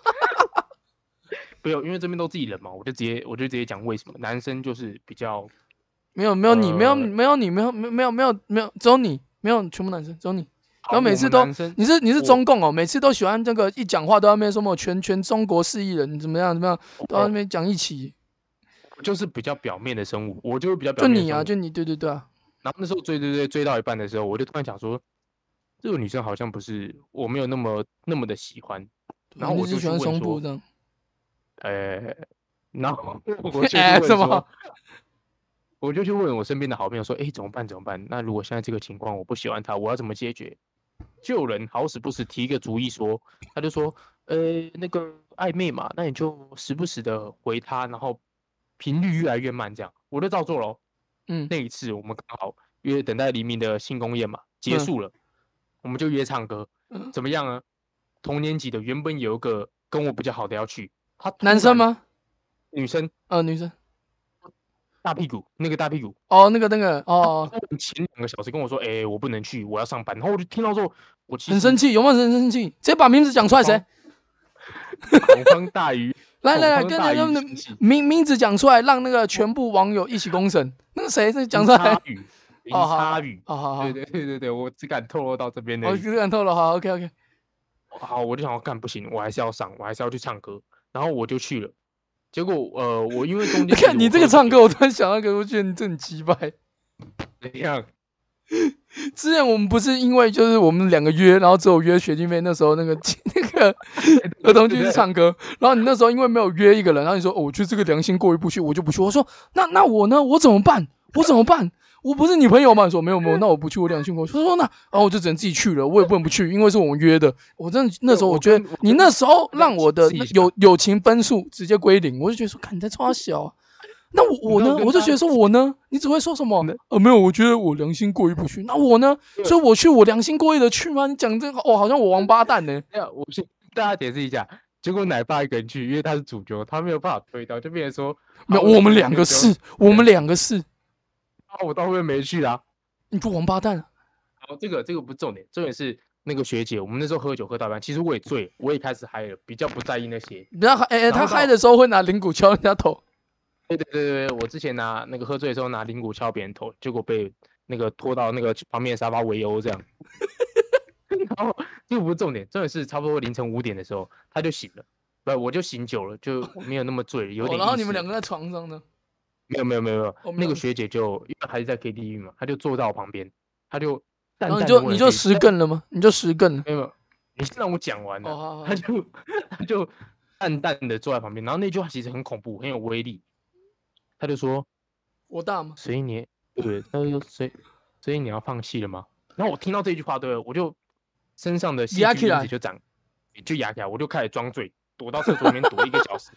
不有，因为这边都自己人嘛，我就直接我就直接讲为什么，男生就是比较没有没有你，没有呃没有你，没有没有没有没有没有，只有你，没有全部男生，只有你。然好，我后每次都们男生你是你是我中共哦，每次都喜欢这个一讲话都要那边说什么全全中国四亿人怎么样怎么样，都要那边讲一起。 我就是比较表面的生物，我就是比较表就你啊， 面的生物。 就你，对对对啊。 然后那时候追追追追到一半的时候，我就突然想说，这个女生好像不是我没有那么那么的喜欢，然后我就去你只喜欢问说， 胸部这样。 呃，然后我就去哎， 问说什么？， 我就去问我身边的好朋友说，哎，怎么办？怎么办？那如果现在这个情况我不喜欢他，我要怎么解决？就有人好死不死提一个主意说，他就说，呃，那个暧昧嘛，那你就时不时的回他，然后频率越来越慢，这样我就照做咯。 嗯那一次我们刚好约等待黎明的庆功宴嘛，结嗯束了，我们就约唱歌， 嗯， 怎么样呢？同年级的原本有一个跟我比较好的要去，他突然男生吗？ 女生呃，女生。 大屁股，那个大屁股， 哦，那个那个哦， 前两个小时跟我说，哎、我不能去，我要上班。然后我就听到之后，我其实很生气，有没有很生气？直接把名字讲出来，谁？ 恐慌大于来来来， 恐慌大于跟人家生气， 名名字讲出来，让那个全部网友一起公审。那个谁，那讲出来。 林差宇，林哦，好， 差宇， 好好好， 对对对对对，我只敢透露到这边而已。 我只敢透了，好，OK OK。 好，我就想要干不行，我还是要上，我还是要去唱歌，然后我就去了。结果呃，我因为中间看你这个唱歌， 我我突然想到一个，我觉得你这很鸡掰。 怎样？ 之前我们不是因为就是我们两个约，然后只有约学弟妹那时候那个那个儿童剧去唱歌，然后你那时候因为没有约一个人，然后你说哦，我觉得这个良心过意不去，我就不去。我说那那我呢？我怎么办？我怎么办？我不是你朋友吗？你说没有没有，那我不去，我良心过意。他说那，然后我就只能自己去了，我也不能不去，因为是我们约的。我真的那时候我觉得你那时候让我的友友情分数直接归零，我就觉得说，看你在超小啊。那我我呢？我就觉得说我呢，你只会说什么？呃，没有，我觉得我良心过意不去。那我呢？所以我去，我良心过意的去吗？你讲这个，哦，好像我王八蛋呢。 要我先大家解释一下，结果奶爸一个人去，因为他是主角，他没有办法推到，就变成说， 没有，我们两个是，我们两个是。 啊，我到后面没去啦。 你不王八蛋啊！ 好，这个这个不是重点，重点是那个学姐，我们那时候喝酒喝到一半，其实我也醉了，我也开始嗨了，比较不在意那些。 比较嗨，哎、欸，他嗨的时候会拿铃鼓敲人家头。 对对对对，我之前拿那个喝醉的时候拿铃鼓敲别人头，结果被那个拖到那个旁边的沙发围殴这样。然后这个不是重点，重点是差不多凌晨五点的时候他就醒了，不，我就醒酒了，就没有那么醉，有点、 哦。然后你们两个在床上呢？ 没有没有没有没有， 哦、 那个学姐就因为还是在 K T V 嘛，她就坐在我旁边，她就淡淡然后你就你就实更了吗？你就实更了？ 没有没有，你先让我讲完了。 哦、好好她就她就淡淡的坐在旁边，然后那句话其实很恐怖，很有威力。他就说：“ 我大吗？ 所以你对，他就说所以所以你要放弃了吗？”然后我听到这句话，对，我就身上的细菌因子就长，就压起来，我就开始装醉，躲到厕所里面躲一个小时。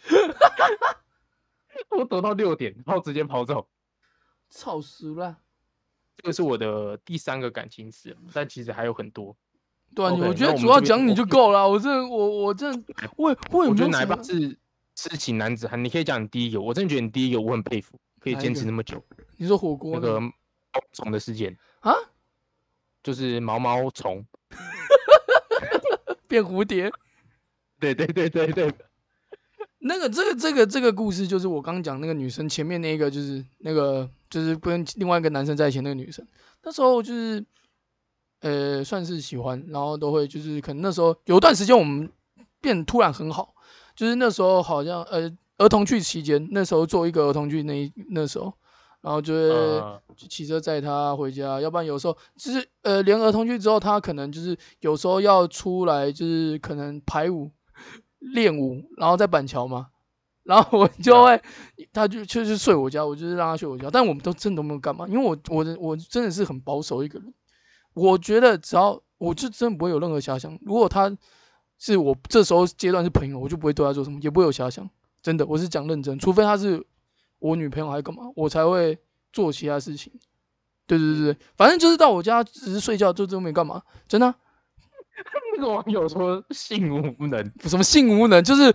我躲到六点，然后直接跑走。 操死了！ 这个是我的第三个感情史，但其实还有很多。 对啊， okay, 我觉得主要讲你就够了。我真的，我我真的，我我我觉得奶爸是痴情男子汉。你可以讲你第一个，我真的觉得你第一个我很佩服，可以坚持那么久。 你说火锅那个毛虫的事件啊， 就是毛毛虫变蝴蝶。 对对对对对。 那个这个这个这个故事就是我刚刚讲那个女生前面那个就是那个就是跟另外一个男生在一起那个女生，那时候就是呃算是喜欢，然后都会就是可能那时候有段时间我们变突然很好，就是那时候好像呃儿童剧期间，那时候做一个儿童剧那那时候，然后就会骑车载他回家，要不然有时候就是呃连儿童剧之后，他可能就是有时候要出来就是可能排舞。练舞，然后在板桥嘛，然后我就会，他就就是睡我家，我就是让他睡我家，但我们都真的都没有干嘛，因为我我的我真的是很保守一个人，我觉得只要我就真的不会有任何遐想，如果他是我这时候阶段是朋友，我就不会对他做什么，也不会有遐想，真的，我是讲认真，除非他是我女朋友还是干嘛，我才会做其他事情。对对对对，反正就是到我家只是睡觉，就都没干嘛，真的、啊。 那个网友说性无能， 什么性无能？就是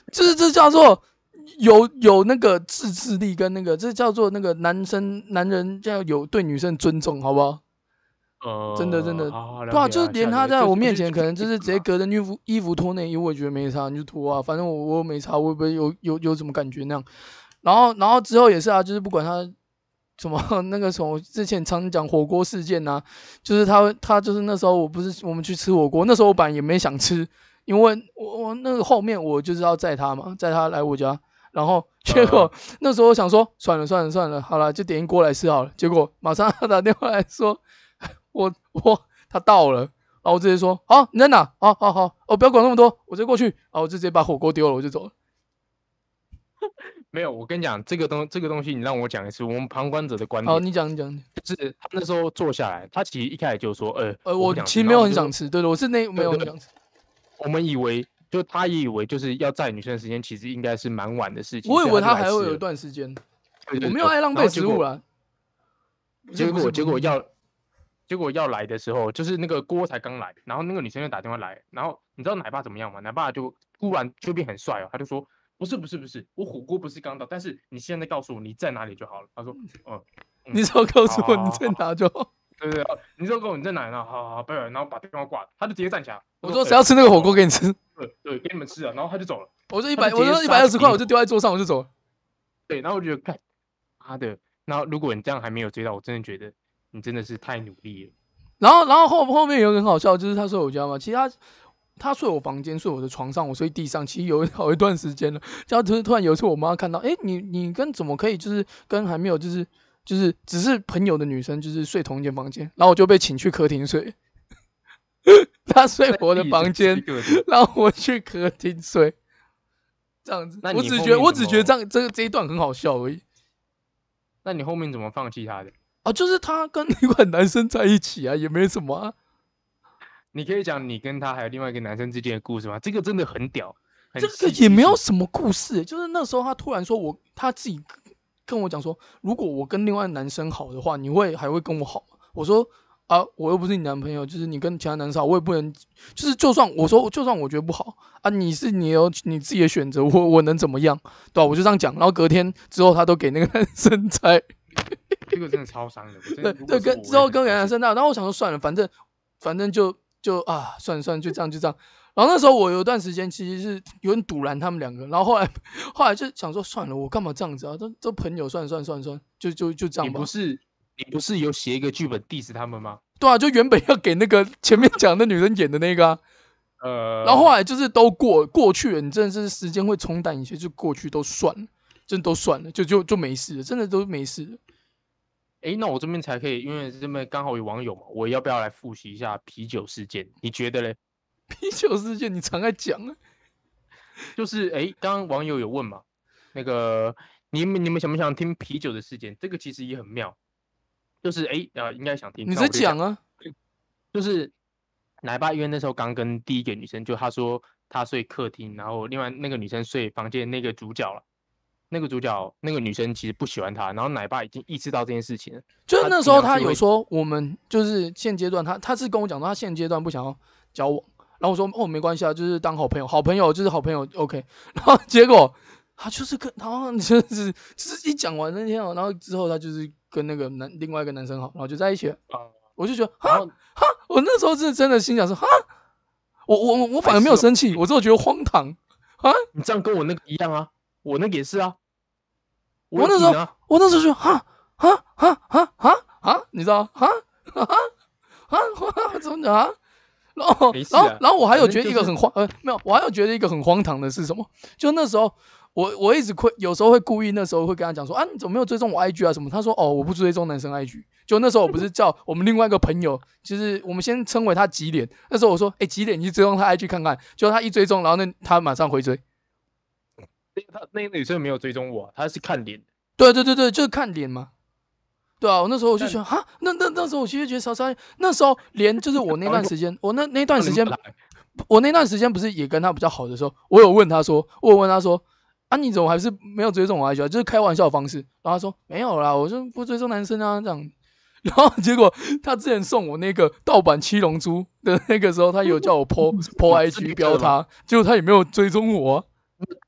就是这叫做有有那个自制力跟那个，这叫做那个男生男人要有对女生尊重，好不好？ 呃， 真的真的， 好好了对啊， 解了就是连下了就他在我面就就前可能就是直接嘛隔着衣服衣服脱内衣，我也觉得没差，你就脱啊，反正我我又没差，我也不会有有有什么感觉那样。然后然后之后也是啊，就是不管他什么那个什么，之前常讲火锅事件呐、啊，就是他他就是那时候我不是我们去吃火锅，那时候我本来也没想吃，因为我我那个后面我就是要载他嘛，载他来我家，然后结果、 呃那时候我想说算了算了算了，好了就点一锅来吃好了，结果马上他打电话来说，我我他到了。然后我直接说好，你在哪？好好好，哦，不要管那么多，我直接过去。然后我就直接把火锅丢了，我就走了。 没有，我跟你讲，这个东这个东西，你让我讲一次，我们旁观者的观好， 点， 你讲你讲。 就是他那时候坐下来，他其实一开始就说，呃， 呃， 我不想吃， 我其实没有然后我们就说， 很想吃，对对，我是那没对对， 有很想吃。 我们以为就他也以为就是要载女生的时间，其实应该是蛮晚的事情， 我以为所以他就他还会有一来吃了。 段时间， 对对对， 我没有爱浪费然后结果食物啦。不是结不是不是果结果要结果要来的时候，就是那个锅才刚来，然后那个女生就打电话来，然后你知道奶爸怎么样吗？奶爸就突然就变很帅哦，他就说不是不是不是，我火锅不是刚到，但是你现在告诉我你在哪里就好了。他说，嗯嗯， 你只要告诉好我你在好好好， 哪就好。 对对对，你就跟我你在哪呢？好好好，不要，然后把电话挂了，他就直接站起来，他我说，呃， 说谁要吃那个火好好好， 锅给你吃， 对对，给你们吃了，然后他就走了， 我说一百， 他就直接我说一百二十块，我就杀气凌空， 丢在桌上，我就走了。 对，然后我就觉得，干妈的，然后如果你这样还没有追到，我真的觉得你真的是太努力了。 然后然后后后面有个很好笑，就是他睡我家嘛，其实他他睡我房间，睡我的床上，我睡地上，其实有好一段时间了。然后突突然有一次，我妈看到，哎，你你跟怎么可以就是跟还没有就是就是只是朋友的女生就是睡同一间房间，然后我就被请去客厅睡，她睡我的自己房间， 个体， 然后我去客厅睡，这样子。 那你后我只觉得面怎么？ 我只觉得这样这个这一段很好笑而已那你后面怎么放弃他的？ 啊，就是他跟另外男生在一起啊，也没什么啊。 你可以讲你跟他还有另外一个男生之间的故事吗？这个真的很屌，很这个戏也没有剧性。 什么故事，就是那时候他突然说我他自己跟我讲说，如果我跟另外男生好的话，你会还会跟我好吗？我说啊，我又不是你男朋友，就是你跟其他男生好，我也不能，就是就算我说就算我觉得不好啊，你是你有你自己的选择，我我能怎么样？对吧、啊？我就这样讲，然后隔天之后他都给那个男生猜， 这个真的超伤的。我真对的，如对， 果是我， 跟之后跟我也很伤心。 男生那，然后我想说算了，反正反正就就啊，算了算了，就这样就这样。然后那时候我有一段时间其实是有点堵拦他们两个，然后后来后来就想说算了，我干嘛这样子啊？这这朋友算了算了算了算了，就就就这样吧。 你不是你不是有写一个剧本 diss 他们吗？ 对啊，就原本要给那个前面讲的女生演的那个啊， 呃， 然后后来就是都过过去了，你真的是时间会冲淡一些，就过去都算了，真的都算了，就就就没事了，真的都没事了。 哎，那我这边才可以，因为这边刚好有网友嘛，我要不要来复习一下啤酒事件？你觉得嘞？ 啤酒事件你常在讲啊， 就是哎，刚刚网友有问嘛，那个你们你们想不想听啤酒的事件？这个其实也很妙，就是哎呃，应该想听， 你在那我就讲， 讲啊， 就是奶爸因为那时候刚跟第一个女生，就他说他睡客厅，然后另外那个女生睡房间，那个主角了。那个主角那个女生其实不喜欢他，然后奶爸已经意识到这件事情了。 就是他那时候他平常是会有说我们就是现阶段他他是跟我讲说他现阶段不想要交往，然后我说哦没关系啊，就是当好朋友，好朋友就是好朋友 OK，然后结果他就是跟然后就是就是一讲完那天哦，然后之后他就是跟那个男另外一个男生好，然后就在一起了， 啊， 我就觉得哈然后哈，我那时候是真的心想说哈，我我我我反而没还是哦， 有生气，我只有觉得荒唐啊， 你这样跟我那个一样啊，我那个也是啊，我我那时候有赢啊， 我那时候就哈哈哈哈哈哈，你知道哈哈哈哈怎么讲啊？然后， 没事啊， 然后，然后我还有觉得反正就是一个很荒，呃，没有，我还有觉得一个很荒唐的是什么？就那时候，我我一直会有时候会故意，那时候会跟他讲说啊，你怎么没有追踪我 I G 啊什么？他说哦，我不追踪男生 I G。就那时候我不是叫我们另外一个朋友，就是我们先称为他吉脸。那时候我说，哎，吉脸，你去追踪他 I G 看看。结果他一追踪，然后那他马上回追。 那他那个女生没有追踪我啊，她是看脸的， 对对对对，就是看脸嘛。对啊，我那时候我就但觉得哈，那那那时候我其实觉得稍稍，那时候连就是我那段时间，我那那段时间让你骂，他我那段时间不是也跟他比较好的时候，我有问他说，我有问他说，啊你怎么还是没有追踪我 I G 啊？就是开玩笑的方式。然后他说没有啦，我就不追踪男生啊这样。然后结果他之前送我那个盗版七龙珠的那个时候，他有叫我 po po 是 I G 绿色的吗？ 标他，结果他也没有追踪我啊。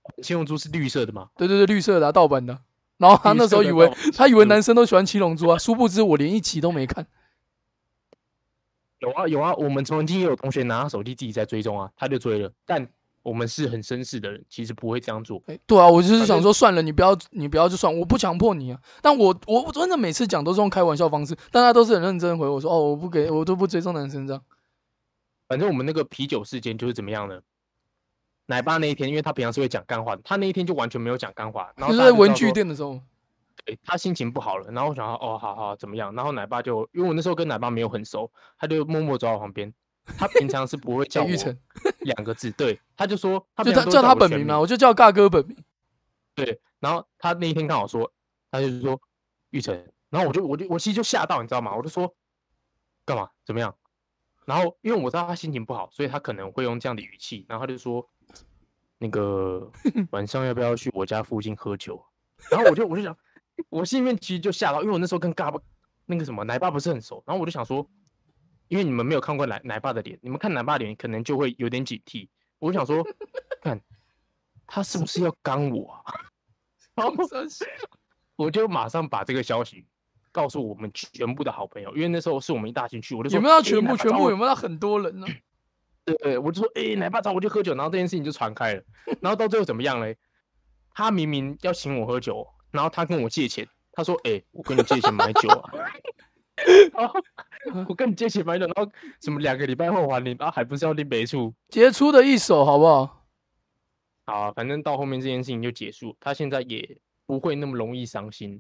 七龙珠是绿色的吗？ 对对对，绿色的、啊、盗版的。然后他那时候以为他以为男生都喜欢七龙珠啊，殊不知我连一集都没看。 有啊有啊，我们曾经也有同学拿手机自己在追踪啊，他就追了。但我们是很绅士的人，其实不会这样做。 欸、对啊，我就是想说算了，你不要你不要就算，我不强迫你啊。但我我真的每次讲都是用开玩笑方式，但他都是很认真回我说哦，我不给我都不追踪男生这样。 反正我们那个啤酒事件就是怎么样呢？奶爸那一天，因为他平常是会讲干话的，他那一天就完全没有讲干话。然后就是在文具店的时候， 对他心情不好了，然后我想哦，好好怎么样？然后奶爸就因为我那时候跟奶爸没有很熟，他就默默走到旁边。他平常是不会叫我两个字，对，他就说他就他叫他本名嘛，我就叫尬哥本名。 对，然后他那一天刚好说，他就说玉成，然后我就我就我其实就吓到，你知道吗？我就说干嘛？怎么样？然后因为我知道他心情不好，所以他可能会用这样的语气，然后他就说那个晚上要不要去我家附近喝酒？然后我就我就想，我心里面其实就吓到，因为我那时候跟嘎巴那个什么奶爸不是很熟，然后我就想说，因为你们没有看过奶奶爸的脸，你们看奶爸的脸可能就会有点警惕。我就想说，看他是不是要刚我啊？然后我就马上把这个消息告诉我们全部的好朋友，因为那时候是我们一大群去，我就说有没有全部、欸、全部有没有很多人呢、啊？ 对，我就说，哎、欸，奶爸找我去喝酒，然后这件事情就传开了，然后到最后怎么样嘞？他明明要请我喝酒，然后他跟我借钱，他说，哎、欸，我跟你借钱买酒啊，然后我跟你借钱买酒，然后什么两个礼拜后还你，然后还不是要拎别处？ 杰出的一手，好不好？ 好、啊，反正到后面这件事情就结束，他现在也不会那么容易伤心。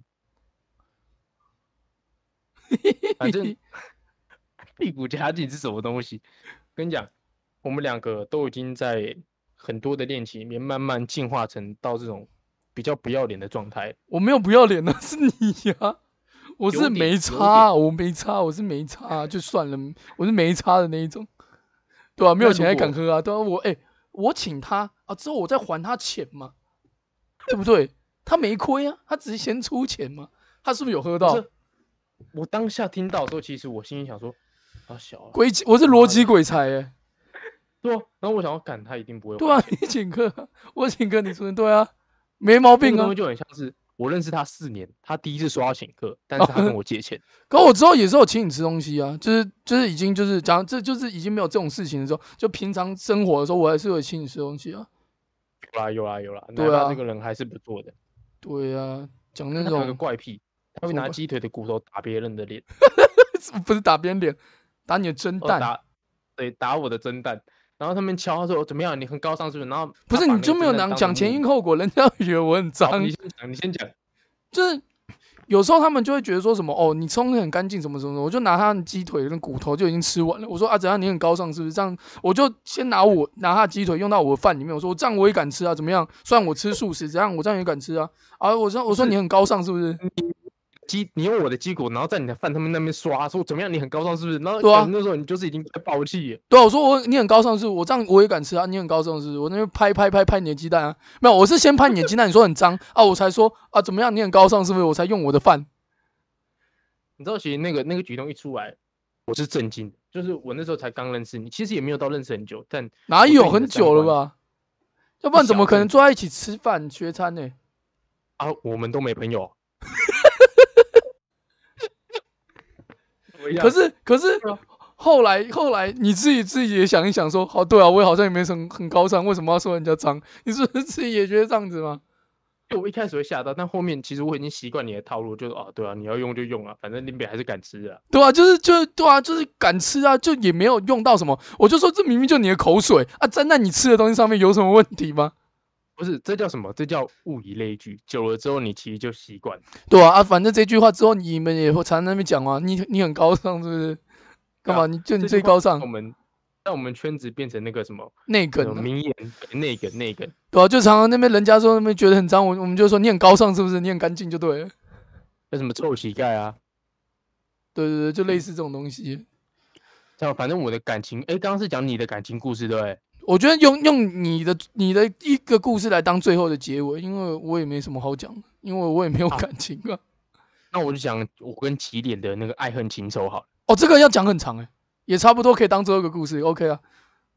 反正屁股夹紧是什么东西？跟你讲，我们两个都已经在很多的恋情里面慢慢进化成到这种比较不要脸的状态。 我没有不要脸的，是你呀、啊！我是没差，我没差，我是没差，就算了，我是没差的那一种，对啊，没有钱还敢喝啊，对啊，我哎、欸，我请他啊，之后我再还他钱嘛，对不对？他没亏啊，他只是先出钱嘛，他是不是有喝到？ 我当下听到的时候，其实我心里想说，他小了， 鬼，我是逻辑鬼才哎、欸， 对啊，然后我想要赶他一定不会， 对啊，你请客，我请客，你出钱，对啊，没毛病啊， 就很像是。我认识他四年，他第一次说要请客，但是他跟我借钱。 可我之后也是有请你吃东西啊，就是就是已经就是讲，这就是已经没有这种事情的时候，就平常生活的时候，我还是有请你吃东西啊。 有啦有啦有啦， 对啊， 这个人还是不错的。 对啊，讲那种他有个怪癖，他会拿鸡腿的骨头打别人的脸， 不是打别人脸，打你的蒸蛋， 哦、打对打我的蒸蛋。然后他们敲，他说怎么样？你很高尚是不是？然后不是你就没有讲前因后果，人家会觉得我很脏。 你先讲，你先讲。 就是有时候他们就会觉得说什么哦，你冲的很干净，什么什么的，我就拿他的鸡腿跟骨头就已经吃完了。我说啊，怎样？你很高尚是不是？这样我就先拿我拿他的鸡腿用到我的饭里面。我说这样我也敢吃啊？怎么样？虽然我吃素食，怎样？我这样也敢吃啊？啊，我说我说你很高尚是不是？ 鸡，你用我的鸡骨，然后在你的饭上面那边刷，说怎么样？你很高尚是不是？然后对啊， 那时候你就是已经在爆气。 对啊，我说我你很高尚是不是？我这样我也敢吃啊？你很高尚是不是？我那边拍拍拍拍你的鸡蛋啊？没有，我是先拍你的鸡蛋，你说很脏啊，我才说啊怎么样？你很高尚是不是？我才用我的饭。 你知道，其实那个那个举动一出来，我是震惊，就是我那时候才刚认识你，其实也没有到认识很久，但哪有很久了吧？要不然怎么可能坐在一起吃饭学餐呢、欸？ 啊，我们都没朋友。 可是可是后来后来你自己自己也想一想说，好对啊，我也好像也没什么很高尚，为什么要说人家脏？你是不是自己也觉得这样子吗？ 我一开始会吓到，但后面其实我已经习惯你的套路，就是啊，对啊，你要用就用啊，反正林北还是敢吃啊。 对啊，就是就是对啊，就是敢吃啊，就也没有用到什么。我就说这明明就你的口水啊，沾在你吃的东西上面有什么问题吗？ 不是，这叫什么？这叫物以类聚。久了之后，你其实就习惯。 对啊，啊，反正这句话之后，你们也会常在那边讲啊，你你很高尚是不是？干嘛？你就你最高尚？ 我们在我们圈子变成那个什么内梗、啊、 名言，内梗内梗。 对啊，就常常那边人家说那边觉得很脏，我我们就说你很高尚是不是？你很干净就对了。 有什么臭乞丐啊？ 对对对，就类似这种东西。 这样，反正我的感情，哎，刚刚是讲你的感情故事，对不对？ 我觉得用用你的你的一个故事来当最后的结尾，因为我也没什么好讲，因为我也没有感情啊。 那我就讲我跟起点的那个爱恨情仇好了。 哦，这个要讲很长哎、欸，也差不多可以当最后一个故事 ，OK 啊。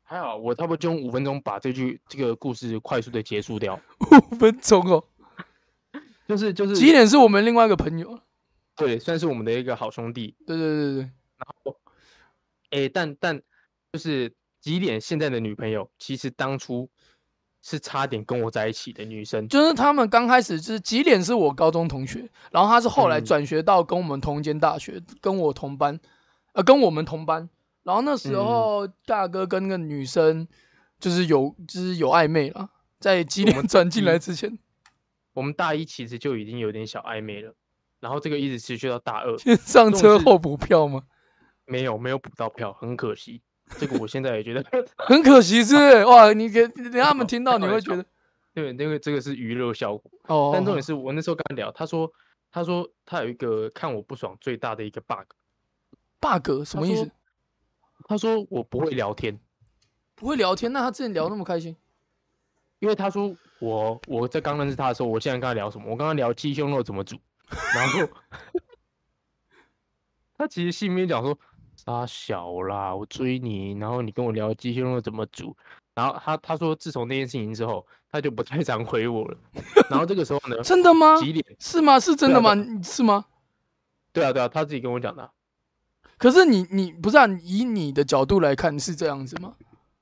还好，我差不多就用五分钟把这句这个故事快速的结束掉。 五分钟哦， 就是就是几点是我们另外一个朋友， 对，算是我们的一个好兄弟。 对对对对。 然后，哎，但但就是几点现在的女朋友，其实当初是差点跟我在一起的女生。 就是他们刚开始就是几点是我高中同学，然后他是后来嗯转学到跟我们同间大学，跟我同班，呃，跟我们同班。然后那时候大哥跟那个女生就是有就是有暧昧了，在几点转进来之前， 我们大一其实就已经有点小暧昧了，然后这个一直持续到大二。 先上车后补票吗？ 没有没有补到票，很可惜。这个我现在也觉得很可惜是不是？哇，你给等他们听到你会觉得， 对，那个这个是娱乐效果。 哦， 但重点是我那时候跟他聊，他说他说他有一个看我不爽最大的一个 bug。 bug 什么意思？ 他说我不会聊天。 不会聊天？那他之前聊那么开心？ 因为他说我我在刚认识他的时候，我现在跟他聊什么？我刚刚聊鸡胸肉怎么煮，然后他其实心里面讲说傻小啦，我追你，然后你跟我聊鸡胸肉怎么煮，然后他他说自从那件事情之后，他就不太常回我了。然后这个时候呢， 真的吗？ 几点？ 是吗？是真的吗？是吗？ 对啊对啊，他自己跟我讲的啊。 可是你你不是啊？以你的角度来看是这样子吗？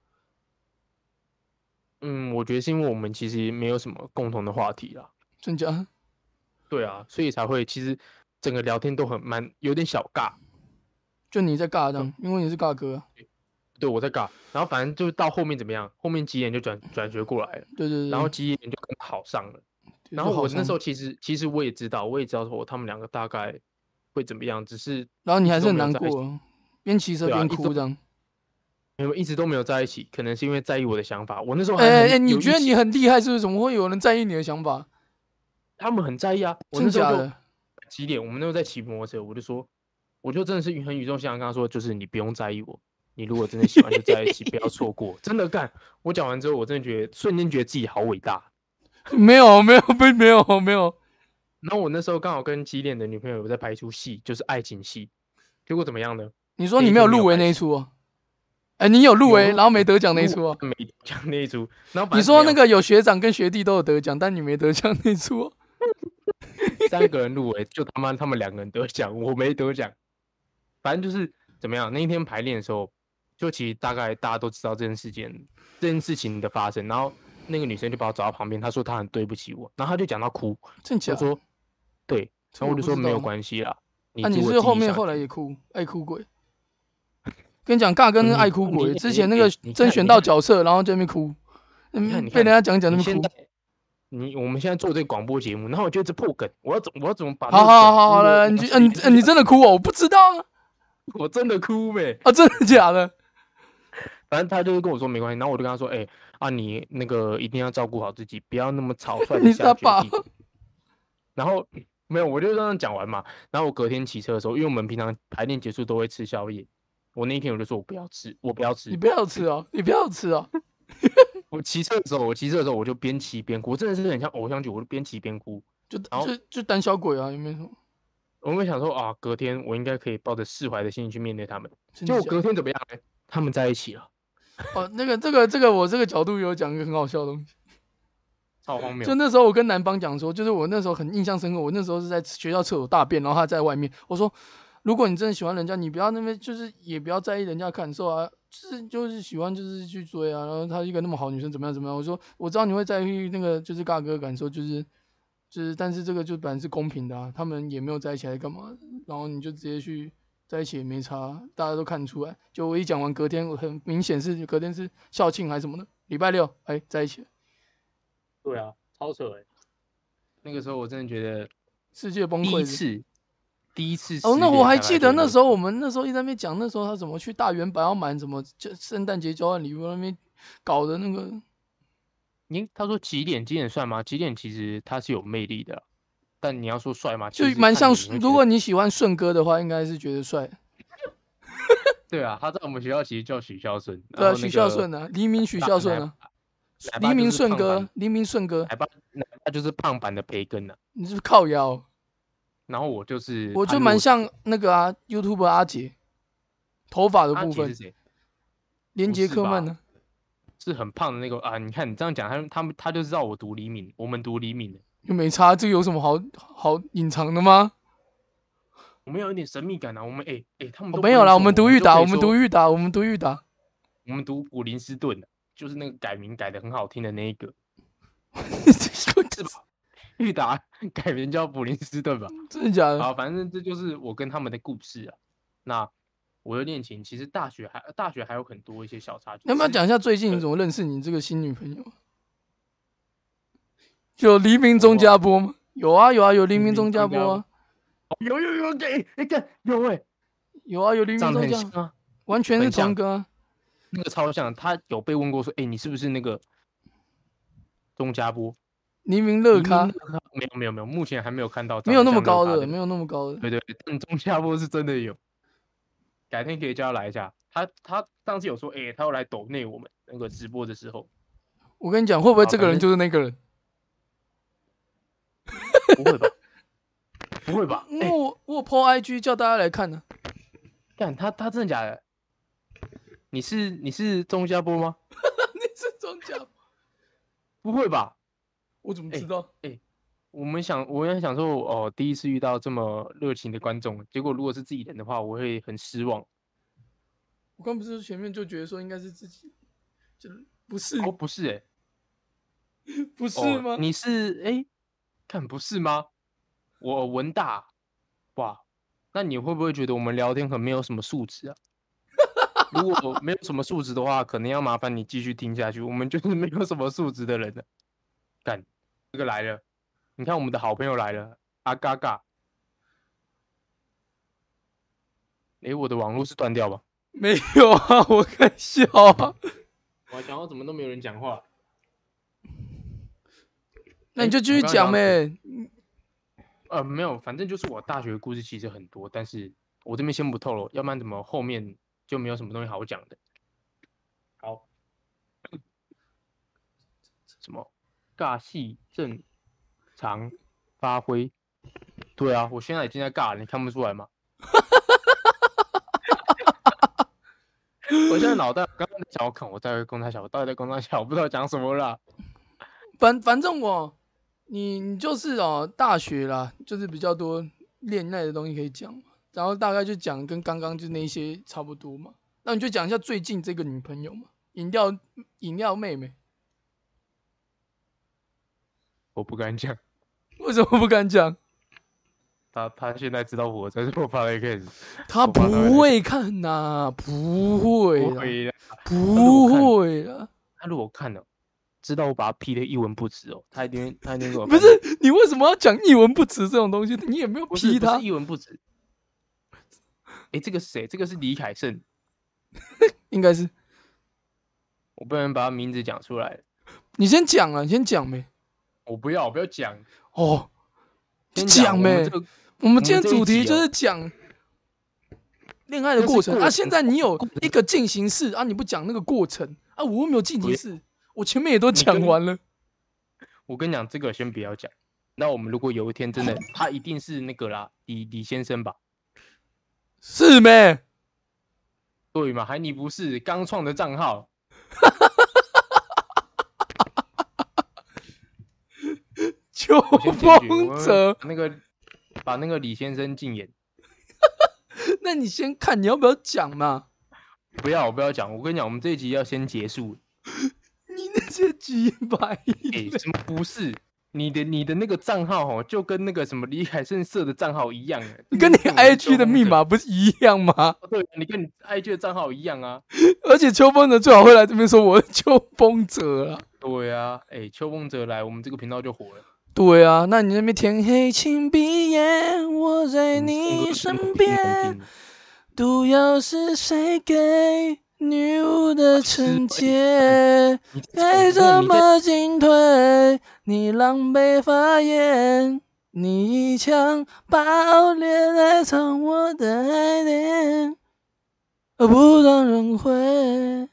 嗯，我觉得是因为我们其实没有什么共同的话题啦。 真假？ 对啊，所以才会其实整个聊天都很蛮有点小尬。 就你在尬这样，因为你是尬哥、啊。 对，我在尬，然后反正就到后面怎么样，后面吉言就转转学过来了。 对对对。 然后吉言就跟好上了。然后我那时候其实其实我也知道，我也知道说他们两个大概会怎么样，只是然后你还是很难过，边骑车边哭这样。 没有，一直都没有在一起，可能是因为在意我的想法。我那时候还哎哎，你觉得你很厉害是不是？怎么会有人在意你的想法？ 他们很在意啊。我那时候就几点，我们那时候在骑摩托车，我就说，我就真的是很语重心长跟他说，就是你不用在意我，你如果真的喜欢就在一起，不要错过。真的干，我讲完之后，我真的觉得瞬间觉得自己好伟大。 没有没有没没有没有。 然后我那时候刚好跟基恋的女朋友在拍一出戏，就是爱情戏。结果怎么样呢？ 你说你没有入围那一出哦？哎，你有入围，然后没得奖那一出哦？ 没得奖那一出。然后你说那个有学长跟学弟都有得奖，但你没得奖那一出哦？ 三个人入围，就他妈他们两个人得奖，我没得奖。反正就是怎么样，那一天排练的时候，就其实大概大家都知道这件事件，这件事情的发生。然后那个女生就把我找到旁边，她说她很对不起我，然后她就讲到哭， 真假？ 她说对，然后我就说没有关系啦。 啊，你是后面后来也哭，爱哭鬼。跟你讲，尬跟爱哭鬼，之前那个甄选到角色，然后在那边哭，被人家讲讲那边哭。 你我们现在做这个广播节目，然后我就一直破梗，我要怎我要怎么把？ 好好好好了，你嗯你真的哭哦？我不知道啊， 我真的哭没？ 啊，真的假的？ 反正他就是跟我说没关系，然后我就跟他说，哎、欸、啊，你那个一定要照顾好自己，不要那么草率的下决定。然后没有，我就这样讲完嘛。然后我隔天骑车的时候，因为我们平常排练结束都会吃宵夜，我那一天我就说我不要吃，我不要吃， 你不要吃哦，你不要吃哦。 我骑车的时候，我骑车的时候我就边骑边哭，真的是很像偶像剧，我就边骑边哭， 就就就胆小鬼啊，有没有什么？ 我会想说啊，隔天我应该可以抱着释怀的心情去面对他们。结果隔天怎么样呢？他们在一起了。 哦，那个这个这个我这个角度有讲一个很好笑的东西， 超荒谬。 就那时候我跟男方讲说，就是我那时候很印象深刻，我那时候是在学校厕所大便，然后他在外面，我说如果你真的喜欢人家，你不要那边就是也不要在意人家感受啊，就是就是喜欢就是去追啊，然后她一个那么好女生怎么样怎么样，我说我知道你会在意那个就是尬哥感受，就是就是，但是这个就本来是公平的啊，他们也没有在一起还干嘛，然后你就直接去在一起也没差，大家都看得出来。就我一讲完，隔天我很明显是隔天是校庆还是什么的，礼拜六哎在一起了。 对啊，超扯哎、欸！那个时候我真的觉得世界崩溃。 第一次，第一次哦，那我还记得那时候我们那时候一直在那边讲，那时候他怎么去大圆百要买什么圣诞节交换礼物那边搞的那个。 您他说几点几点帅吗？几点其实他是有魅力的，但你要说帅吗？ 就蛮像，如果你喜欢顺哥的话，应该是觉得帅。 对啊，他在我们学校其实叫许孝顺。 对啊，许孝顺啊，黎明许孝顺啊。黎明顺哥，黎明顺哥， 奶爸奶爸就是胖版的培根啊。 你是不是靠腰？ 然后我就是， 我就蛮像那个啊 ，YouTube 阿杰，头发的部分。 阿杰是谁？ 连杰克曼呢？ 是很胖的那个啊。你看你这样讲，他他们他就知道我读黎明，我们读黎明的， 又没差，这个有什么好好隐藏的吗？ 我们有一点神秘感啊。我们哎哎、欸欸，他们都、哦、没有啦，我们读裕达，我们读裕达，我们读裕达， 我们读普林斯顿的，就是那个改名改的很好听的那一个，是吧？裕达改名叫普林斯顿吧？ 真的假的？ 好，反正这就是我跟他们的故事啊。那我的恋情其实大学还大学还有很多一些小插曲。 要不要讲一下最近你怎么认识你这个新女朋友？有黎明钟家波吗？有啊有啊有黎明钟家波啊， 有有有哎哎干有哎、欸、 有啊有黎明钟家啊， 完全是同个、啊， 那个超像。他有被问过说，哎、欸，你是不是那个钟家波？ 黎明乐咖？ 没有没有没有，目前还没有看到， 没有那么高的，没有那么高的。 对对，但钟家波是真的有，改天可以叫他来一下。他他上次有说，哎、欸，他要来抖内我们那个直播的时候。 我跟你讲，会不会这个人就是那个人？ 不会吧？不会吧？ 因为我我 po I G 叫大家来看呢、啊。 干他他真的假的？你是你是钟家波吗？ 你是钟家波？ 不会吧？ 我怎么知道？ 哎、欸欸，我们想我也想说，哦，第一次遇到这么热情的观众，结果如果是自己人的话，我会很失望。 我刚不是前面就觉得说应该是自己，就不是哦，不是哎、 欸，不是吗？ 哦、你是哎、欸，看不是吗？我文大，哇，那你会不会觉得我们聊天很没有什么素质啊？如果没有什么素质的话，可能要麻烦你继续听下去。我们就是没有什么素质的人了。干，这个来了，你看我们的好朋友来了，阿嘎嘎。哎，我的网络是断掉吧？ 没有啊，我看笑啊。 我还想到怎么都没有人讲话。 那你就继续讲呗。 呃，没有，反正就是我大学的故事其实很多，但是我这边先不透露，要不然怎么后面就没有什么东西好讲的。好，什么尬戏正常发挥？对啊，我现在已经在尬了，你看不出来吗？我现在脑袋刚刚在想，我看我在公他小，我到底在公他小，我不知道讲什么啦。 反反正我，你你就是哦，大学啦，就是比较多恋爱的东西可以讲，然后大概就讲跟刚刚就那些差不多嘛。那你就讲一下最近这个女朋友嘛，饮料饮料妹妹。 我不敢讲。 为什么不敢讲？ 他他现在知道我在做发的 case， 他不会看呐、啊，不会啦，不会啦。 他如果看了，知道我把他批的一文不值哦，他一定他一定给我。 不是你为什么要讲一文不值这种东西？你也没有批他。 不是一文不值。哎，这个是谁？这个是李凯盛， 应该是。 我不能把他名字讲出来。 你先讲啊，你先讲呗。 我不要，我不要讲。 哦，就讲呗。我们今天主题就是讲恋爱的过程啊。现在你有一个进行式啊，你不讲那个过程啊，我又没有进行式，我前面也都讲完了。 我跟你讲，这个先不要讲。那我们如果有一天真的，他一定是那个啦，李李先生吧？ 是没？ 对嘛？还你不是刚创的账号？ 秋风者那个把那个李先生禁言。 那你先看，你要不要讲嘛？ 不要，我不要讲。我跟你讲，我们这一集要先结束。 你那些几百哎，什么不是？你的你的那个账号哦，就跟那个什么李凯盛社的账号一样。 你跟你 I G 的密码不是一样吗？ 对，你跟你 I G 的账号一样啊。 而且秋风者最好会来这边说我是秋风者啊。 对啊，哎、欸，秋风者来，我们这个频道就火了。 对啊，那你那边天黑请闭眼，我在你身边。毒药是谁给女巫的惩戒？该怎么进退？你狼狈发言，你一枪爆裂来藏我的爱恋，而不让人会。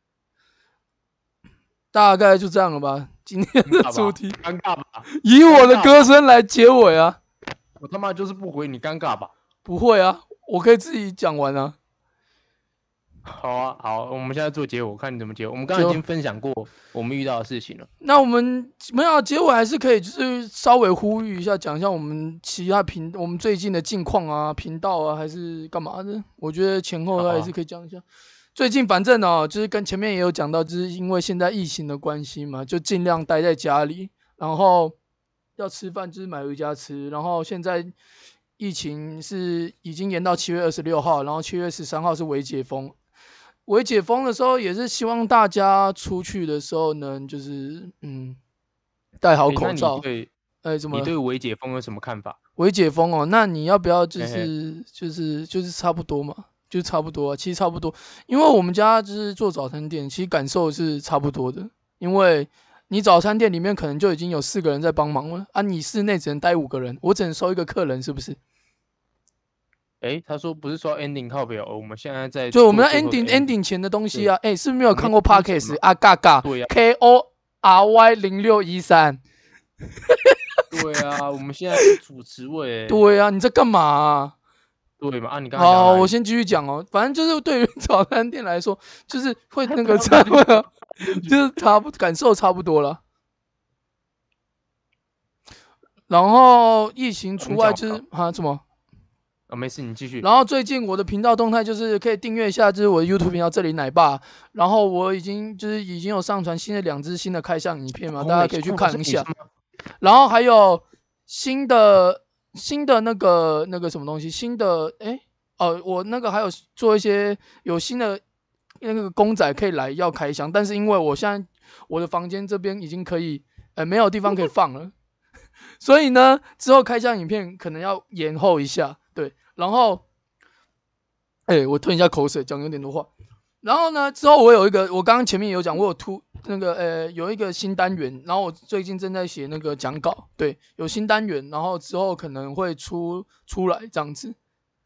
大概就这样了吧。今天的主题尴尬吧？ 以我的歌声来结尾啊！ 我他妈就是不回你，尴尬吧？ 不会啊，我可以自己讲完啊。 好啊，好，我们现在做结尾，我看你怎么结尾。我们刚才已经分享过我们遇到的事情了。 那我们没有结尾，还是可以就是稍微呼吁一下，讲一下我们其他频，我们最近的近况啊、频道啊，还是干嘛的？我觉得前后还是可以讲一下。最近反正哦，就是跟前面也有讲到，就是因为现在疫情的关系嘛，就尽量待在家里，然后要吃饭就是买回家吃，然后现在疫情是已经延到七月二十六号，然后七月十三号是微解封。微解封的时候，也是希望大家出去的时候能就是嗯戴好口罩。 对， 哎，怎么？ 你对微解封有什么看法？ 微解封哦，那你要不要就是就是就是差不多嘛？就差不多啊，其实差不多，因为我们家就是做早餐店，其实感受是差不多的。因为你早餐店里面可能就已经有四个人在帮忙了啊，你室内只能待五个人，我只能收一个客人，是不是？ 哎，他说不是说 ending 靠北哦，我们现在在就我们要 ending ending 前的东西啊，哎，是不是没有看过 podcast 啊？嘎嘎， 对呀 ，K O R Y 零六一三。 对啊，我们现在是主持位。 对啊，你在干嘛啊？ 对嘛？啊，你刚才好，我先继续讲哦。反正就是对于早餐店来说，就是会那个差不多，就是差不感受差不多了。然后疫情除外，就是啊怎么？ 啊，没事，你继续。 然后最近我的频道动态就是可以订阅一下，就是我的 YouTube 频道这里奶爸。然后我已经就是已经有上传新的两支新的开箱影片嘛，大家可以去看一下。然后还有新的新的那个那个什么东西，新的哎哦，我那个还有做一些有新的那个公仔可以来要开箱，但是因为我现在我的房间这边已经可以呃没有地方可以放了，所以呢之后开箱影片可能要延后一下。对，然后，哎、欸，我吞一下口水，讲有点多话。然后呢，之后我有一个，我刚刚前面有讲，我有突那个呃有一个新单元，然后我最近正在写那个讲稿，对，有新单元，然后之后可能会出出来这样子，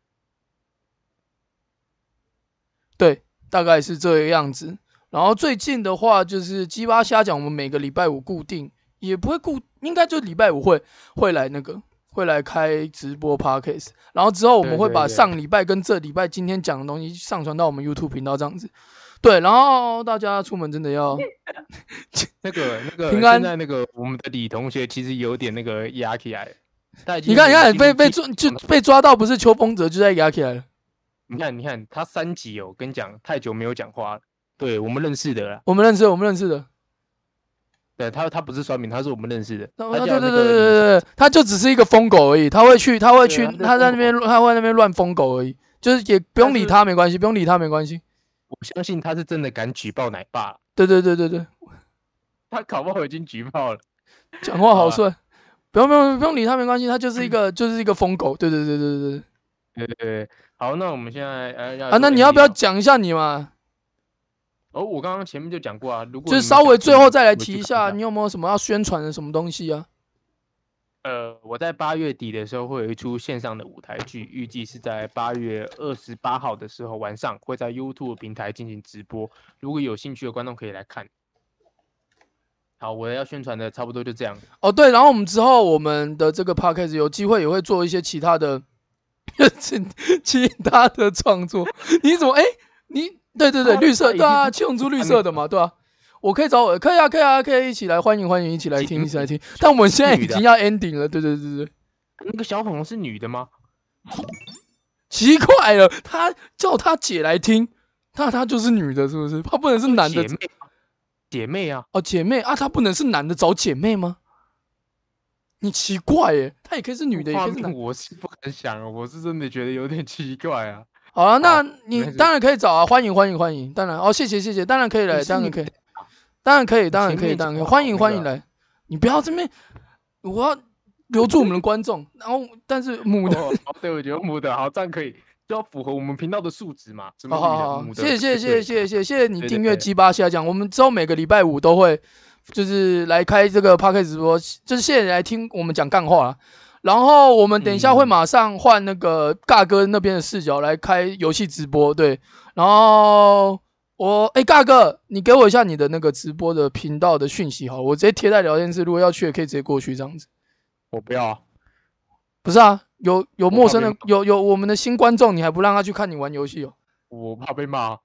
对，大概是这个样子。然后最近的话就是鸡巴虾讲，我们每个礼拜五固定，也不会固，应该就礼拜五会会来那个。会来开直播 podcast， 然后之后我们会把上礼拜跟这礼拜今天讲的东西上传到我们 YouTube 频道这样子。对，然后大家出门真的要那个那个平安。 现在那个我们的李同学其实有点那个压起来， 你看，你看被被抓就被抓到，不是邱风泽就在压起来了。 你看，你看他三集哦，我跟你讲，太久没有讲话了。对我们认识的啦， 我们认识的，我们认识的。 对他，他不是酸民，他是我们认识的。 对对对对对对，他就只是一个疯狗而已。他会去，他会去，他在那边，他会那边乱疯狗而已。就是也不用理他，没关系，不用理他，没关系。 我相信他是真的敢举报奶爸。 对对对对对， 他搞不好已经举报了。 讲话好顺，不用不用不用理他，没关系。他就是一个就是一个疯狗。对对对对对对对对。好，那我们现在呃要啊，那你要不要讲一下你嘛？ 哦，我刚刚前面就讲过啊，如果就是稍微最后再来提一下，你有没有什么要宣传的什么东西啊？ 呃，我在八月底的时候会有一出线上的舞台剧，预计是在八月二十八号的时候晚上会在 YouTube 平台进行直播，如果有兴趣的观众可以来看。好，我要宣传的差不多就这样。 哦，对，然后我们之后我们的这个 podcast 有机会也会做一些其他的其他的创作。你怎么哎你？对对对，绿色对啊，七龙珠绿色的嘛，对啊，我可以找我，可以啊，可以啊，可以一起来，欢迎欢迎，一起来听，一起来听。但我们现在已经要 ending 了，对对对对。 那个小粉红是女的吗？ 奇怪了，他叫他姐来听，那他就是女的，是不是？他不能是男的？ 姐妹，姐妹啊， 哦，姐妹啊，他不能是男的找姐妹吗？你奇怪耶，他也可以是女的，也可以是男的。 我是不敢想，我是真的觉得有点奇怪啊。 好啊，那你当然可以找啊，欢迎欢迎欢迎，当然哦，谢谢谢谢，当然可以来，当然可以，当然可以，当然可以，当然可以，欢迎欢迎来。你不要这边，我要留住我们的观众，然后但是母的， 哦，对，我觉得母的好，这样可以，就要符合我们频道的素质嘛。 好好好，谢谢谢谢谢谢谢谢谢谢你订阅鸡巴下讲，我们之后每个礼拜五都会就是来开这个 podcast 直播，就是谢谢你来听我们讲干话啦。然后我们等一下会马上换那个尬哥那边的视角来开游戏直播，对。然后我哎尬哥，你给我一下你的那个直播的频道的讯息好了，我直接贴在聊天室，如果要去也可以直接过去这样子。 我不要啊， 不是啊，有有陌生的有有我们的新观众，你还不让他去看你玩游戏哦？ 我怕被骂。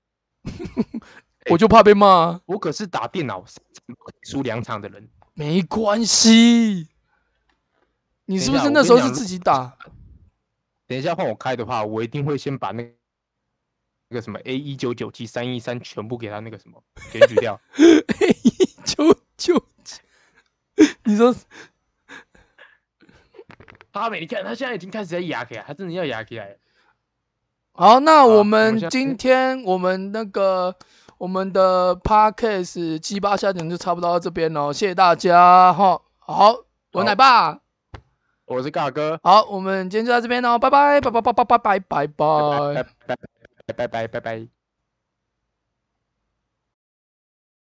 我就怕被骂、啊。 我可是打电脑输两场的人。 没关系，你是不是那时候是自己打？ 等一下换我开的话，我一定会先把那那个什么 A 一九九七三一三全部给他那个什么检举掉。 A 一九九七，你说？ 阿美，你看他现在已经开始在压起来，他真的要压起来。 好，那我们今天我们那个我们的 podcast 鸡巴下点就差不多到这边了，谢谢大家哈。好，我奶爸， 我是尬哥。 好，我们今天就到这边喽，拜拜，拜拜拜拜拜拜拜拜拜拜拜拜拜拜。